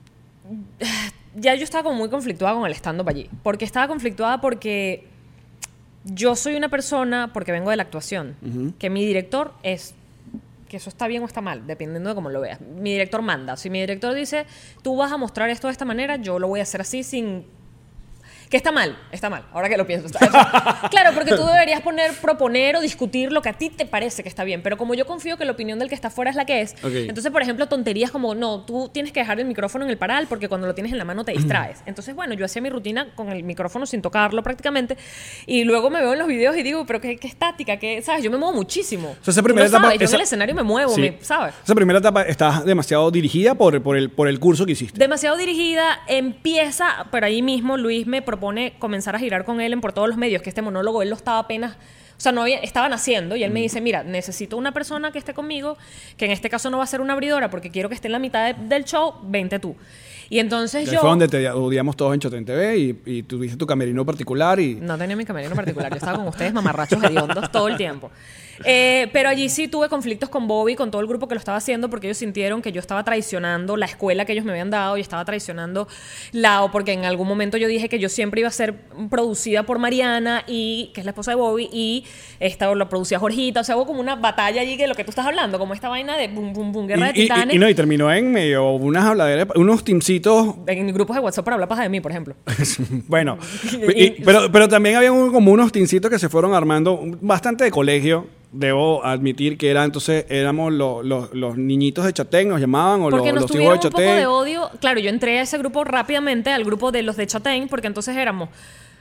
ya yo estaba como muy conflictuada con el stand-up allí. Porque estaba conflictuada porque... Yo soy una persona, porque vengo de la actuación, uh-huh. que mi director es, que eso está bien o está mal, dependiendo de cómo lo veas. Mi director manda. Si mi director dice, tú vas a mostrar esto de esta manera, yo lo voy a hacer así sin... Que está mal, está mal, ahora que lo pienso. Está, eso. Claro, porque tú deberías poner, proponer o discutir lo que a ti te parece que está bien, pero como yo confío que la opinión del que está afuera es la que es, okay. Entonces, por ejemplo, tonterías como, no, tú tienes que dejar el micrófono en el paral porque cuando lo tienes en la mano te distraes. Entonces, bueno, yo hacía mi rutina con el micrófono sin tocarlo prácticamente y luego me veo en los videos y digo, pero qué, qué estática, qué, ¿sabes? Yo me muevo muchísimo. O sea, esa primera etapa, sabes, yo esa, en el escenario me muevo, sí. me, ¿sabes? Esa primera etapa está demasiado dirigida por, por, el, por el curso que hiciste. Demasiado dirigida, empieza, pero ahí mismo Luis me propone comenzar a girar con él en por todos los medios, que este monólogo él lo estaba apenas, o sea, no había, estaban haciendo y él mm. me dice, mira, necesito una persona que esté conmigo, que en este caso no va a ser una abridora porque quiero que esté en la mitad de, del show, vente tú. Y entonces que yo... Fue donde te odiamos todos en Chotén T V y, y tuviste tu camerino particular y... No tenía mi camerino particular, yo estaba con ustedes mamarrachos hediondos todo el tiempo. Eh, pero allí sí tuve conflictos con Bobby, con todo el grupo que lo estaba haciendo, porque ellos sintieron que yo estaba traicionando la escuela que ellos me habían dado y estaba traicionando la... O porque en algún momento yo dije que yo siempre iba a ser producida por Mariana, y que es la esposa de Bobby, y esta lo producía Jorgita. O sea, hubo como una batalla allí que lo que tú estás hablando, como esta vaina de bum, bum, bum, guerra y, de titanes. Y, y, y no, y terminó en medio unas habladeras, unos teamcitos... En grupos de WhatsApp para hablar paja de mí, por ejemplo. Bueno, y, pero, pero también había un, como unos tincitos que se fueron armando bastante de colegio. Debo admitir que era entonces éramos los, los, los niñitos de Chatén, nos llamaban, o porque los, nos los hijos de tuvieron un poco Chatén. de odio. Claro, yo entré a ese grupo rápidamente, al grupo de los de Chatén, porque entonces éramos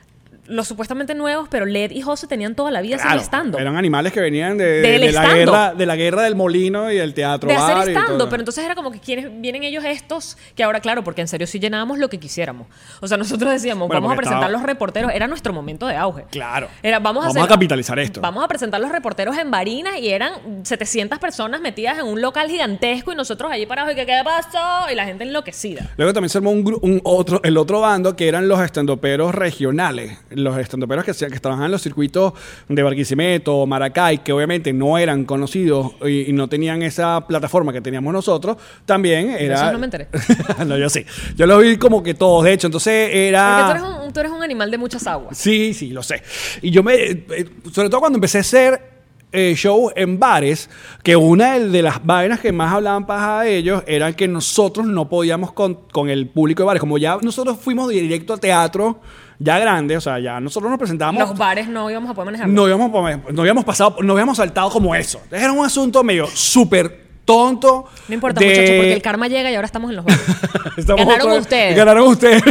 los supuestamente nuevos, pero Led y José tenían toda la vida Claro, haciendo stand-up. eran animales que venían de, de, Del de la stand-up. guerra, de la guerra del molino y del teatro De bar hacer y todo. stand-up, pero entonces era como que quienes vienen ellos estos, que ahora claro, porque en serio sí llenábamos lo que quisiéramos. O sea, nosotros decíamos, Bueno, vamos a porque presentar estaba- los reporteros, era nuestro momento de auge. Claro. Era, vamos a, Vamos hacer- a capitalizar esto. Vamos a presentar los reporteros en Barinas y eran setecientas personas metidas en un local gigantesco y nosotros allí parados y que qué pasó y la gente enloquecida. Luego también se armó un, gru- un otro, el otro bando que eran los estandoperos regionales. Los estandoperos que, se- que trabajaban en los circuitos de Barquisimeto, Maracay, que obviamente no eran conocidos y, y no tenían esa plataforma que teníamos nosotros. También era... Eso no me enteré. No, yo sí. Yo lo vi como que todos, de hecho. Entonces era... Porque tú eres, un, tú eres un animal de muchas aguas. Sí, sí, lo sé. Y yo me... eh, sobre todo cuando empecé a hacer eh, show en bares, que una de, de las vainas que más hablaban paja de ellos era que nosotros no podíamos con, con el público de bares. Como ya nosotros fuimos directo al teatro, ya grande, o sea, ya nosotros nos presentábamos... Los bares no íbamos a poder manejarlo. No habíamos, no habíamos pasado, no habíamos saltado como eso. Era un asunto medio súper tonto. No importa, de- muchachos, porque el karma llega y ahora estamos en los bares. Estamos Ganaron otra vez- ustedes. Ganaron ustedes.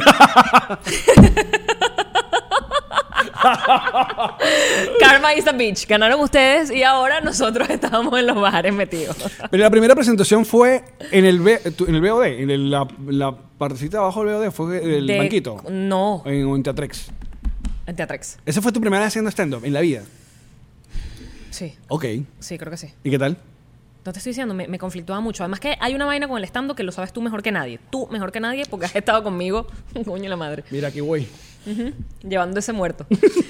Karma is a bitch. Ganaron ustedes y ahora nosotros estábamos en los bares metidos. Pero la primera presentación fue en el, B- tu- en el B O D, en el- la, la partecita de abajo del B O D, fue el De- banquito. No, En, en Teatrex. en Teatrex. ¿Esa fue tu primera vez haciendo stand-up en la vida? Sí, Ok. sí, creo que sí. ¿Y qué tal? No te estoy diciendo, me, me conflictúa mucho. Además que hay una vaina con el stand-up que lo sabes tú mejor que nadie. Tú mejor que nadie porque has estado conmigo, coño la madre, Mira, aquí voy. llevando ese muerto.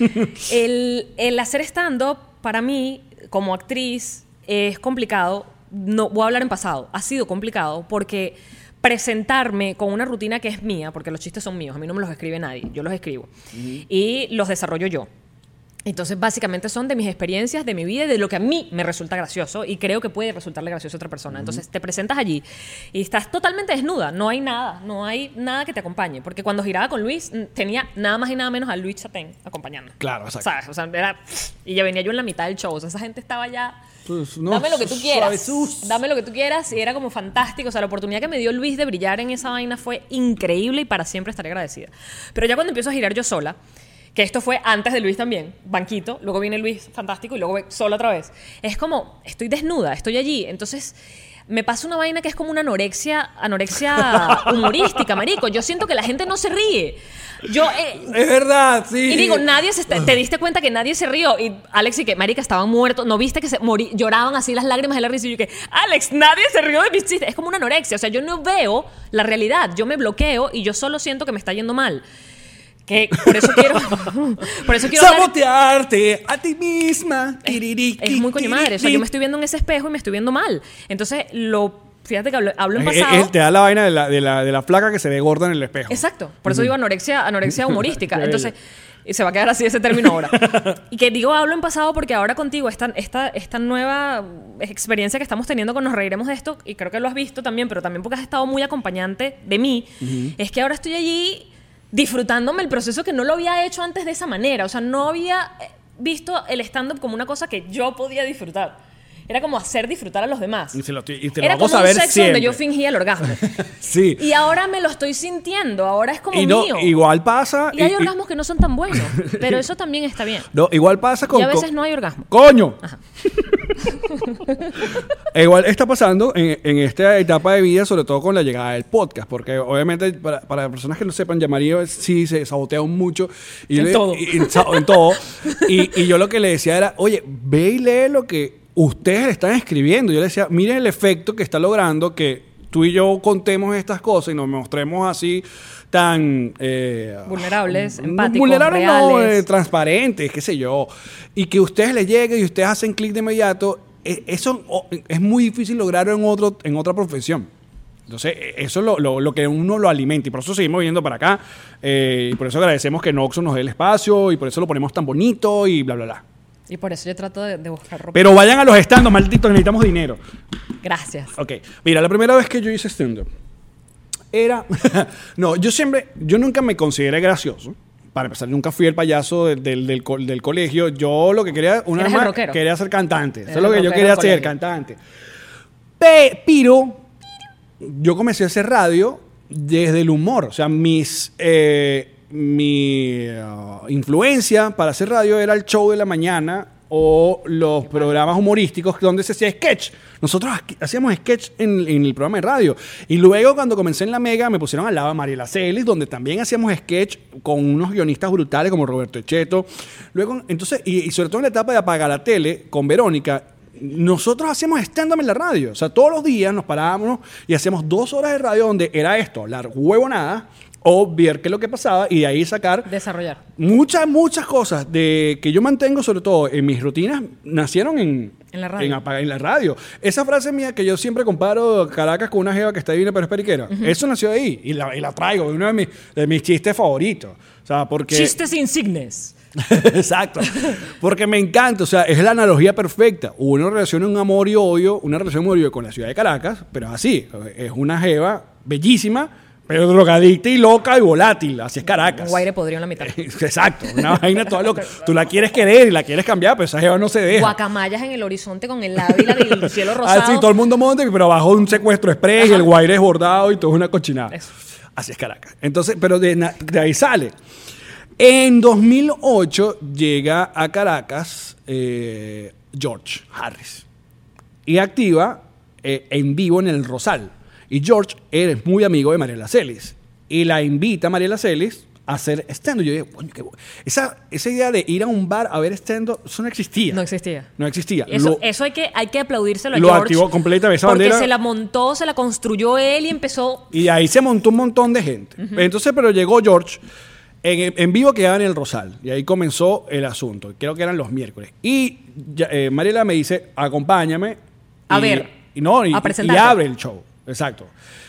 el, el hacer stand-up, para mí, como actriz, es complicado. No, voy a hablar en pasado. Ha sido complicado porque presentarme con una rutina que es mía, porque los chistes son míos, a mí no me los escribe nadie, yo los escribo. Y los desarrollo yo. Entonces, básicamente son de mis experiencias, de mi vida y de lo que a mí me resulta gracioso y creo que puede resultarle gracioso a otra persona. Entonces, te presentas allí y estás totalmente desnuda. No hay nada, no hay nada que te acompañe. Porque cuando giraba con Luis, mm, tenía nada más y nada menos a Luis Chatén acompañando. Claro, exacto. ¿Sabes? O sea, era... Y ya venía yo en la mitad del show. O sea, esa gente estaba ya... Pues, no, Dame lo que tú quieras. suavezuz. Dame lo que tú quieras. Y era como fantástico. O sea, la oportunidad que me dio Luis de brillar en esa vaina fue increíble y para siempre estaré agradecida. Pero ya cuando empiezo a girar yo sola, que esto fue antes de Luis también, banquito, luego viene Luis, fantástico, y luego ve- sola otra vez. Es como, estoy desnuda, estoy allí. Entonces, me pasa una vaina que es como una anorexia, anorexia humorística, marico. Yo siento que la gente no se ríe. Yo... eh, Es verdad, sí. y digo, nadie se está- te diste cuenta que nadie se rió. Y Alex y que, marica, estaban muertos. ¿No viste que se morí, lloraban así las lágrimas de la risa? Y yo que, Alex, nadie se rió de mis chistes. Es como una anorexia. O sea, yo no veo la realidad. Yo me bloqueo y yo solo siento que me está yendo mal. Que por eso quiero... por eso quiero hablar- Sabotearte a ti misma. Es muy coño madre. O sea, yo me estoy viendo en ese espejo y me estoy viendo mal. Entonces, lo... Fíjate que hablo, hablo en Eh, pasado. eh, te da la vaina de la, de, la, de la flaca que se ve gorda en el espejo. Exacto. Por eso digo anorexia, anorexia humorística. Qué Entonces, y se va a quedar así ese término ahora. Y que digo hablo en pasado porque ahora contigo, esta, esta, esta nueva experiencia que estamos teniendo con Nos Reiremos de Esto, y creo que lo has visto también, pero también porque has estado muy acompañante de mí, es que ahora estoy allí disfrutándome el proceso que no lo había hecho antes de esa manera. O sea, no había eh, visto el stand-up como una cosa que yo podía disfrutar. Era como hacer disfrutar a los demás. Y, se lo, y te lo Era vamos como a ver un sexo siempre. donde yo fingía el orgasmo. Sí. Y ahora me lo estoy sintiendo. Ahora es como Y no, mío. igual pasa. Y hay orgasmos que no son tan buenos, pero eso también está bien. No, igual pasa con. Y a veces con- no hay orgasmo. ¡Coño! E igual está pasando en, en esta etapa de vida, sobre todo con la llegada del podcast, porque obviamente para, para personas que no sepan, Yamarillo sí se sabotea mucho. Y yo En le- todo. y- en, sa- en todo. Y, y yo lo que le decía era, oye, ve y lee lo que ustedes le están escribiendo. Yo le decía, miren el efecto que está logrando que tú y yo contemos estas cosas y nos mostremos así tan... eh, Vulnerables, no, empáticos, vulnerables no, reales. eh, transparentes, qué sé yo. Y que a ustedes les llegue y ustedes hacen clic de inmediato. eh, Eso o- es muy difícil lograrlo en, otro, en otra profesión. Entonces, eh, eso es lo, lo, lo que uno lo alimenta. Y por eso seguimos viniendo para acá. eh, y por eso agradecemos que Noxo nos dé el espacio. Y por eso lo ponemos tan bonito y bla, bla, bla. Y por eso yo trato de, de buscar ropa. Pero vayan a los stands, malditos, necesitamos dinero. Gracias. Ok, mira, la primera vez que yo hice stand-up era... no, yo siempre... Yo nunca me consideré gracioso. Para empezar, nunca fui el payaso del, del, del, co- del colegio. Yo lo que quería... Una Eras vez el más, rockero. quería ser cantante. Eso Eras es lo el que yo rockero quería del hacer, colegio. cantante. Pe- Pero yo comencé a hacer radio desde el humor. O sea, mis... eh, mi uh, influencia para hacer radio era el show de la mañana o los programas humorísticos donde se hacía sketch. Nosotros hacíamos sketch en, en el programa de radio. Y luego cuando comencé en La Mega me pusieron al lado a Mariela Celis, donde también hacíamos sketch con unos guionistas brutales como Roberto Echeto. Luego, entonces, y, y sobre todo en la etapa de Apaga la Tele con Verónica, nosotros hacíamos stand-up en la radio. O sea, todos los días nos parábamos y hacíamos dos horas de radio donde era esto, hablar huevonadas o ver qué es lo que pasaba y de ahí sacar... Desarrollar. Muchas, muchas cosas de que yo mantengo, sobre todo en mis rutinas, nacieron en... En la radio. En, en la radio. Esa frase mía que yo siempre comparo Caracas con una jeva que está divina pero es periquera. Uh-huh. Eso nació de ahí y la, y la traigo. Es uno de mis, de mis chistes favoritos. O sea, porque... Chistes insignes. Exacto. Porque me encanta. O sea, es la analogía perfecta. Uno relaciona un amor y odio, una relación de odio con la ciudad de Caracas, pero es así. Es una jeva bellísima, pero drogadicta y loca y volátil. Así es Caracas. Un guaire podrido en la mitad. Exacto. Una vaina toda loca. Tú la quieres querer y la quieres cambiar, pero esa jeva no se deja. Guacamayas en el horizonte con el ávila del cielo rosado. Así, todo el mundo monte, pero bajo un secuestro express. Ajá. Y el guaire es bordado y todo es una cochinada. Eso. Así es Caracas. Entonces, pero de, de ahí sale. En dos mil ocho llega a Caracas eh, George Harris y activa eh, en vivo en el Rosal. Y George es muy amigo de Mariela Celis. Y la invita a Mariela Celis a hacer stand-up. Yo dije, coño, qué bueno. Esa, esa idea de ir a un bar a ver stand-up, eso no existía. No existía. No existía. Eso, lo, eso hay, que, hay que aplaudírselo a lo George. Lo activó completamente esa porque bandera. Se la montó, se la construyó él y empezó... Y ahí se montó un montón de gente. Uh-huh. Entonces, pero llegó George en, en vivo, quedaba en el Rosal. Y ahí comenzó el asunto. Creo que eran los miércoles. Y eh, Mariela me dice, acompáñame. A y, ver. Y, no, y, a y abre el show. Exacto.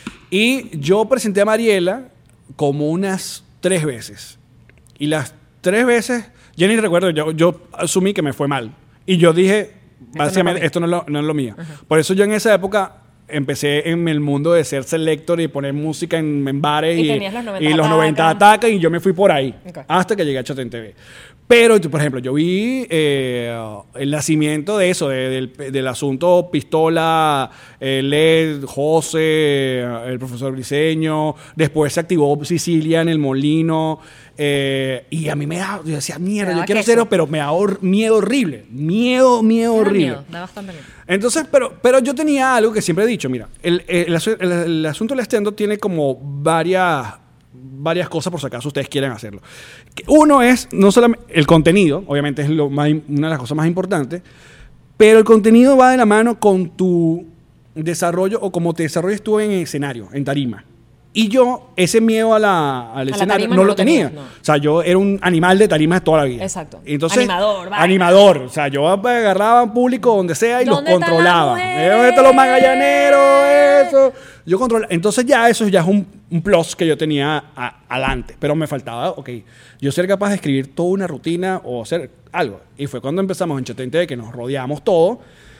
Y yo presenté a Mariela como unas tres veces. Y las tres veces, yo ni recuerdo, yo, yo asumí que me fue mal. Y yo dije, básicamente, esto no es lo, no es lo mío. Uh-huh. Por eso yo en esa época empecé en el mundo de ser selector y poner música en, en bares. Y, y, tenías los noventa y los noventa atacan y yo me fui por ahí. Okay. Hasta que llegué a Chatén T V. Pero, por ejemplo, yo vi eh, el nacimiento de eso, de, del, del asunto Pistola, eh, Led, José, el profesor Briseño. Después se activó Sicilia en el Molino. Eh, y a mí me da, yo decía, mierda, yo quiero hacerlo, pero me da or, miedo horrible. Miedo, miedo da horrible. Miedo, da bastante miedo. Entonces, pero, pero yo tenía algo que siempre he dicho, mira, el, el, el, el asunto del stand-up tiene como varias... varias cosas por si acaso ustedes quieren hacerlo. Uno es, no solamente el contenido, obviamente es lo más, una de las cosas más importantes, pero el contenido va de la mano con tu desarrollo o como te desarrolles tú en el escenario, en tarima. Y yo, ese miedo a la, al a escenario no, no lo tenía. Tenías, no. O sea, yo era un animal de tarima toda la vida. Exacto. Entonces, animador. Vaya. Animador. O sea, yo agarraba un público donde sea y los controlaba. ¿Dónde están los magallaneros? Eso. Yo controlaba. Entonces ya eso ya es un, un plus que yo tenía a, adelante. Pero me faltaba, ok, yo ser capaz de escribir toda una rutina o hacer algo. Y fue cuando empezamos en Chatén T V, que nos rodeamos todos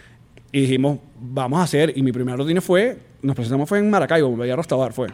y dijimos, vamos a hacer. Y mi primera rutina fue, nos presentamos fue en Maracaibo, en Bahía Rostador fue.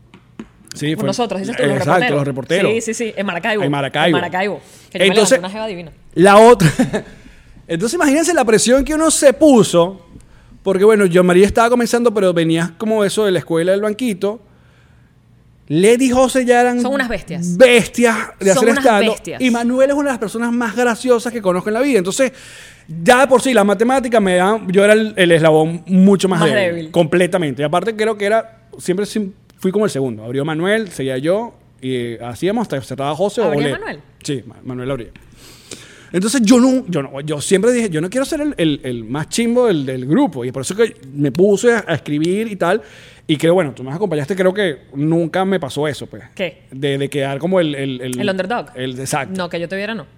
Sí, fue. Nosotros, dices tú, los Exacto, reporteros. los reporteros. Sí, sí, sí, en Maracaibo. En Maracaibo. En Maracaibo. Que yo entonces, me una jeva divina. La otra... Entonces, imagínense la presión que uno se puso, porque bueno, yo María estaba comenzando, pero venías como eso de la escuela del banquito. Lady y José ya eran... Son unas bestias. Bestias de Son hacer stand-up. Y Manuel es una de las personas más graciosas que conozco en la vida. Entonces, ya de por sí, las matemáticas me dan... Yo era el, el eslabón mucho más, más débil, débil. Completamente. Y aparte creo que era... Siempre fui como el segundo. Abrió Manuel, seguía yo. Y hacíamos hasta cerraba José o ¿Abría Led. Manuel? Sí, Manuel abría. Entonces yo no, yo no, yo siempre dije, yo no quiero ser el, el, el más chimbo del, del grupo. Y por eso que me puse a, a escribir y tal. Y creo, bueno, tú me acompañaste, creo que nunca me pasó eso, pues. ¿Qué? De, de quedar como el... El, el, ¿El underdog? El, exacto. No, que yo te viera, no.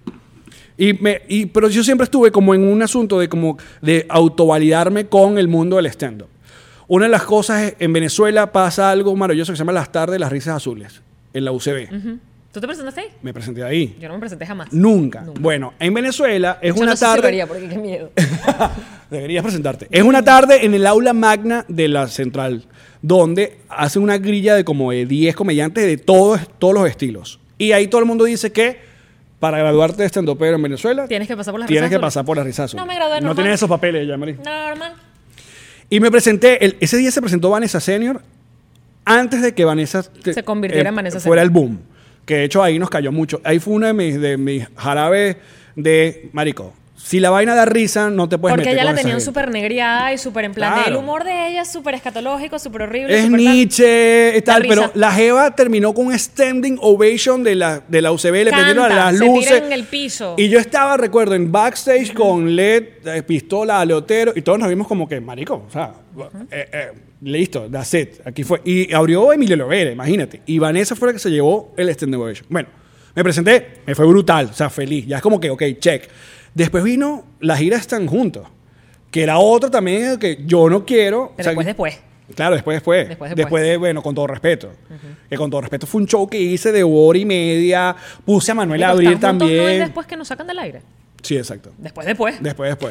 Y me, y, pero yo siempre estuve como en un asunto de como de autovalidarme con el mundo del stand-up. Una de las cosas es, en Venezuela pasa algo maravilloso que se llama Las Tardes de las Risas Azules, en la U C B. Uh-huh. ¿Tú te presentaste ahí? Me presenté ahí. Yo no me presenté jamás. Nunca. Nunca. Bueno, en Venezuela es yo una no sé tarde... Si debería, porque qué miedo. Deberías presentarte. Es una tarde en el aula magna de la central, donde hacen una grilla de como de diez comediantes de todos, todos los estilos. Y ahí todo el mundo dice que para graduarte de stand-upero en Venezuela... Tienes que pasar por las Tienes risas que azules. pasar por las risas azules. No me gradué normal. No tienes esos papeles ya, Marí. Normal. Y me presenté... El, ese día se presentó Vanessa Senior antes de que Vanessa... Se convirtiera eh, en Vanessa fuera Senior. el boom. Que de hecho ahí nos cayó mucho. Ahí fue uno de mis, de mis jarabes de marico. Si la vaina da risa, no te puedes Porque meter ella con la esa tenían gente. súper negriada y súper en plan Claro. de, el humor de ella es súper escatológico, súper horrible. Es súper tal. Nietzsche y tal, Da pero risa. la jeva terminó con un standing ovation de la, de la U C B, le Canta, prendieron las se luces. tira en el piso. Y yo estaba, recuerdo, en backstage con L E D, eh, pistola, aleotero, y todos nos vimos como que, marico, o sea, eh, eh, listo, that's it, aquí fue. Y abrió Emilio Lovera, imagínate. Y Vanessa fue la que se llevó el standing ovation. Bueno, me presenté, me fue brutal, o sea, feliz. Ya es como que, ok, check. Después vino la gira Están Juntos, que era otro también que yo no quiero. Pero o sea, después, después. Claro, después, después. Después, Después, después. de, bueno, con todo respeto. Uh-huh. Que con todo respeto fue un show que hice de hora y media. Puse a Manuel a abrir Están Juntos también. No es después que nos sacan del aire. Sí, exacto. Después, después. Después, después.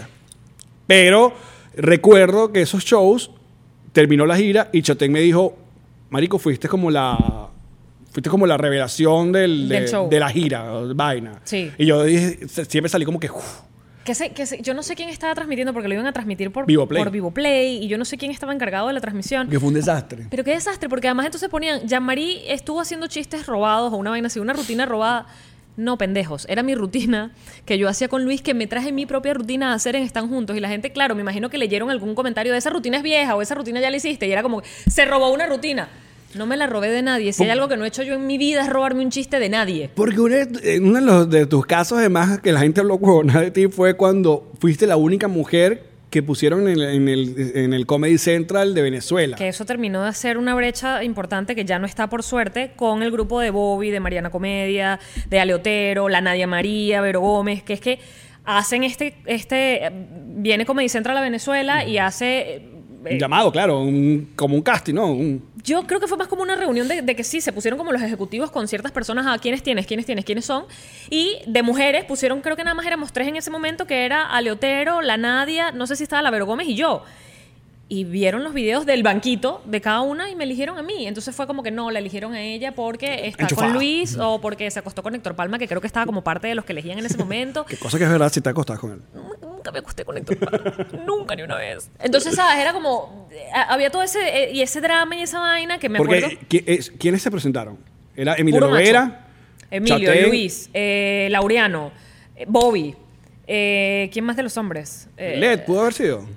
Pero recuerdo que esos shows, terminó la gira y Chotén me dijo, marico, fuiste como la... Fuiste como la revelación del, Del de, show. de la gira, vaina. Sí. Y yo dije, siempre salí como que... uf, Que sé, que sé, yo no sé quién estaba transmitiendo porque lo iban a transmitir por Vivoplay. por Vivoplay y yo no sé quién estaba encargado de la transmisión. que fue un desastre. Pero qué desastre, porque además entonces ponían, Jean-Marie estuvo haciendo chistes robados o una vaina así, una rutina robada. No, pendejos, era mi rutina que yo hacía con Luis, que me traje mi propia rutina a hacer en Están Juntos. Y la gente, claro, me imagino que leyeron algún comentario de esa rutina es vieja o esa rutina ya la hiciste. Y era como, se robó una rutina. No me la robé de nadie. Si hay algo que no he hecho yo en mi vida es robarme un chiste de nadie. Porque uno de, uno de, los, de tus casos, además, que la gente habló huevona de ti, fue cuando fuiste la única mujer que pusieron en el, en el, en el Comedy Central de Venezuela. Que eso terminó de hacer una brecha importante que ya no está, por suerte, con el grupo de Bobby, de Mariana Comedia, de Aleotero, la Nadia María, Vero Gómez, que es que hacen este... este viene Comedy Central a Venezuela y hace... Un llamado, claro, un, como un casting, ¿no? Un, Yo creo que fue más como una reunión de, de que sí, se pusieron como los ejecutivos con ciertas personas a quiénes tienes, quiénes tienes, quiénes son. Y de mujeres pusieron, creo que nada más éramos tres en ese momento, que era Aleotero, la Nadia, no sé si estaba la Vero Gómez y yo. Y vieron los videos del banquito de cada una y me eligieron a mí. Entonces fue como que no, la eligieron a ella porque está Enchufada. con Luis o porque se acostó con Héctor Palma, que creo que estaba como parte de los que elegían en ese momento. qué cosa que es verdad si te acostás con él. Nunca me acosté con Héctor Palma. Nunca, ni una vez. Entonces, ¿sabes? Era como... eh, Había todo ese... eh, y ese drama y esa vaina que me Porque, acuerdo... ¿qui- es- ¿quiénes se presentaron? Era Emilio Puro macho. Lovera, Emilio, Chatén, Luis, eh, Laureano, eh, Bobby. Eh, ¿Quién más de los hombres? Eh, L E D, ¿pudo haber sido?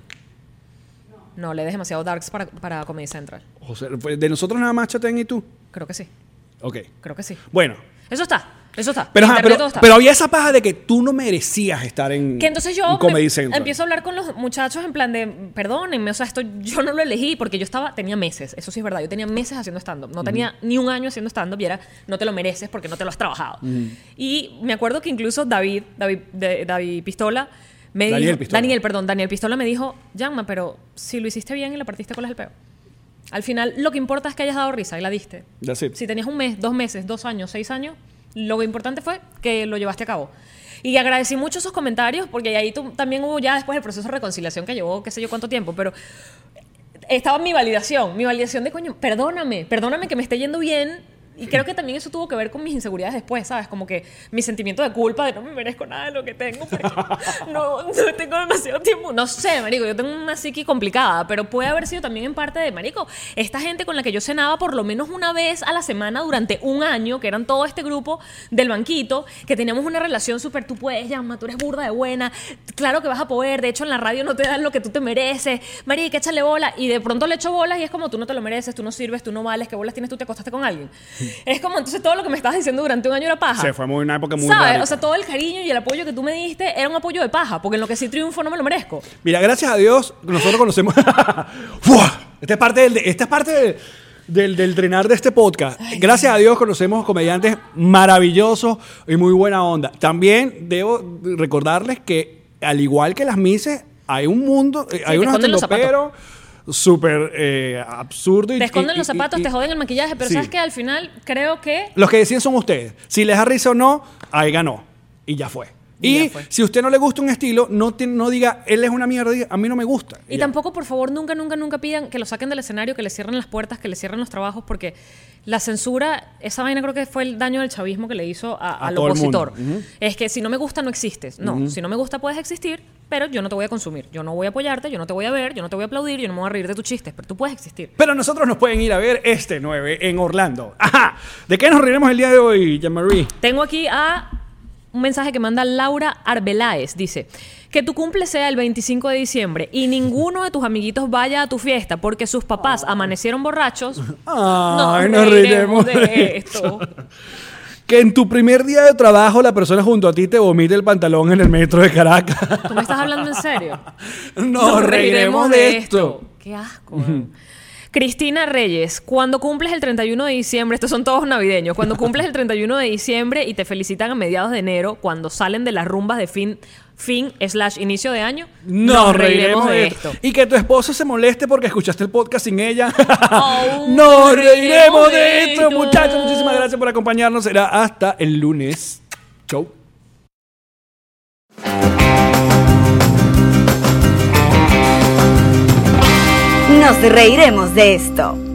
No, le des demasiado darks para, para Comedy Central. José, fue de nosotros nada más Chatén y tú. Creo que sí. Ok. Creo que sí. Bueno. Eso está. Eso está. Pero, En ajá, internet pero, todo está. pero había esa paja de que tú no merecías estar en, Que entonces yo en Comedy me- Central. empiezo a hablar con los muchachos en plan de, perdónenme, o sea, esto yo no lo elegí porque yo estaba, tenía meses, eso sí es verdad, yo tenía meses haciendo stand-up, no tenía ni un año haciendo stand-up y era, no te lo mereces porque no te lo has trabajado. Y me acuerdo que incluso David, David, de- David Pistola, me Daniel dijo, Pistola. Daniel, perdón, Daniel Pistola me dijo, Yanma, pero si lo hiciste bien y la partiste, ¿cuál es el peo? Al final, lo que importa es que hayas dado risa y la diste. That's it. Si tenías un mes, dos meses, dos años, seis años, lo importante fue que lo llevaste a cabo. Y agradecí mucho esos comentarios porque ahí tú, también hubo ya después el proceso de reconciliación que llevó qué sé yo cuánto tiempo, pero estaba mi validación, mi validación de coño, perdóname, perdóname que me esté yendo bien. Y creo que también eso tuvo que ver con mis inseguridades después, ¿sabes? Como que mi sentimiento de culpa de no me merezco nada de lo que tengo porque no, no tengo demasiado tiempo. No sé, marico, yo tengo una psiqui complicada, pero puede haber sido también en parte de, marico, esta gente con la que yo cenaba por lo menos una vez a la semana durante un año, que eran todo este grupo del banquito, que teníamos una relación súper, tú puedes, llama, tú eres burda de buena, claro que vas a poder, de hecho en la radio no te dan lo que tú te mereces, marica, échale bola, y de pronto le echo bolas y es como, tú no te lo mereces, tú no sirves, tú no vales, ¿qué bolas tienes tú? Te acostaste con alguien. Es como, entonces todo lo que me estabas diciendo durante un año era paja. Se fue muy una época muy ¿Sabes? rara. O sea, todo el cariño y el apoyo que tú me diste era un apoyo de paja, porque en lo que sí triunfo no me lo merezco. Mira, gracias a Dios, nosotros conocemos. ¡Fua! Esta es parte del, esta es parte del, del, del trenar de este podcast. Gracias a Dios conocemos comediantes maravillosos y muy buena onda. También debo recordarles que, al igual que las Mises, hay un mundo, eh, hay te unos esconden los zapatos. estandoperos súper eh, absurdos. y- Te esconden y- los y- zapatos, y- te joden el maquillaje, pero sí. sabes que al final creo que Los que deciden son ustedes. Si les da risa o no, ahí ganó. Y ya fue. Y Y ya fue. si a usted no le gusta un estilo, no, ti- no diga, él es una mierda, diga, a mí no me gusta. Y ya. tampoco, por favor, nunca, nunca, nunca pidan que lo saquen del escenario, que le cierren las puertas, que le cierren los trabajos, porque la censura, esa vaina creo que fue el daño del chavismo que le hizo a- A al todo el mundo. opositor. Ujú. Es que si no me gusta, no existes. No, si no me gusta, puedes existir, pero yo no te voy a consumir. Yo no voy a apoyarte, yo no te voy a ver, yo no te voy a aplaudir, yo no me voy a reír de tus chistes, pero tú puedes existir. Pero nosotros nos pueden ir a ver este nueve en Orlando. Ajá. ¿De qué nos reiremos el día de hoy, Jean-Marie? Tengo aquí a un mensaje que manda Laura Arbeláez. Dice, que tu cumple sea el veinticinco de diciembre y ninguno de tus amiguitos vaya a tu fiesta porque sus papás amanecieron borrachos. Ay, nos nos reiremos de de esto. Que en tu primer día de trabajo la persona junto a ti te vomite el pantalón en el metro de Caracas. ¿Tú me estás hablando en serio? Nos, nos reiremos de, de esto. esto. Qué asco. Uh-huh. Cristina Reyes, cuando cumples el treinta y uno de diciembre, estos son todos navideños, cuando cumples el treinta y uno de diciembre y te felicitan a mediados de enero, cuando salen de las rumbas de fin, fin slash inicio de año, nos, nos reiremos, reiremos de esto. esto. Y que tu esposo se moleste porque escuchaste el podcast sin ella. Oh, nos reiremos de, de esto, esto, muchachos. Muchísimas gracias por acompañarnos. Será hasta el lunes. Chau. Nos reiremos de esto.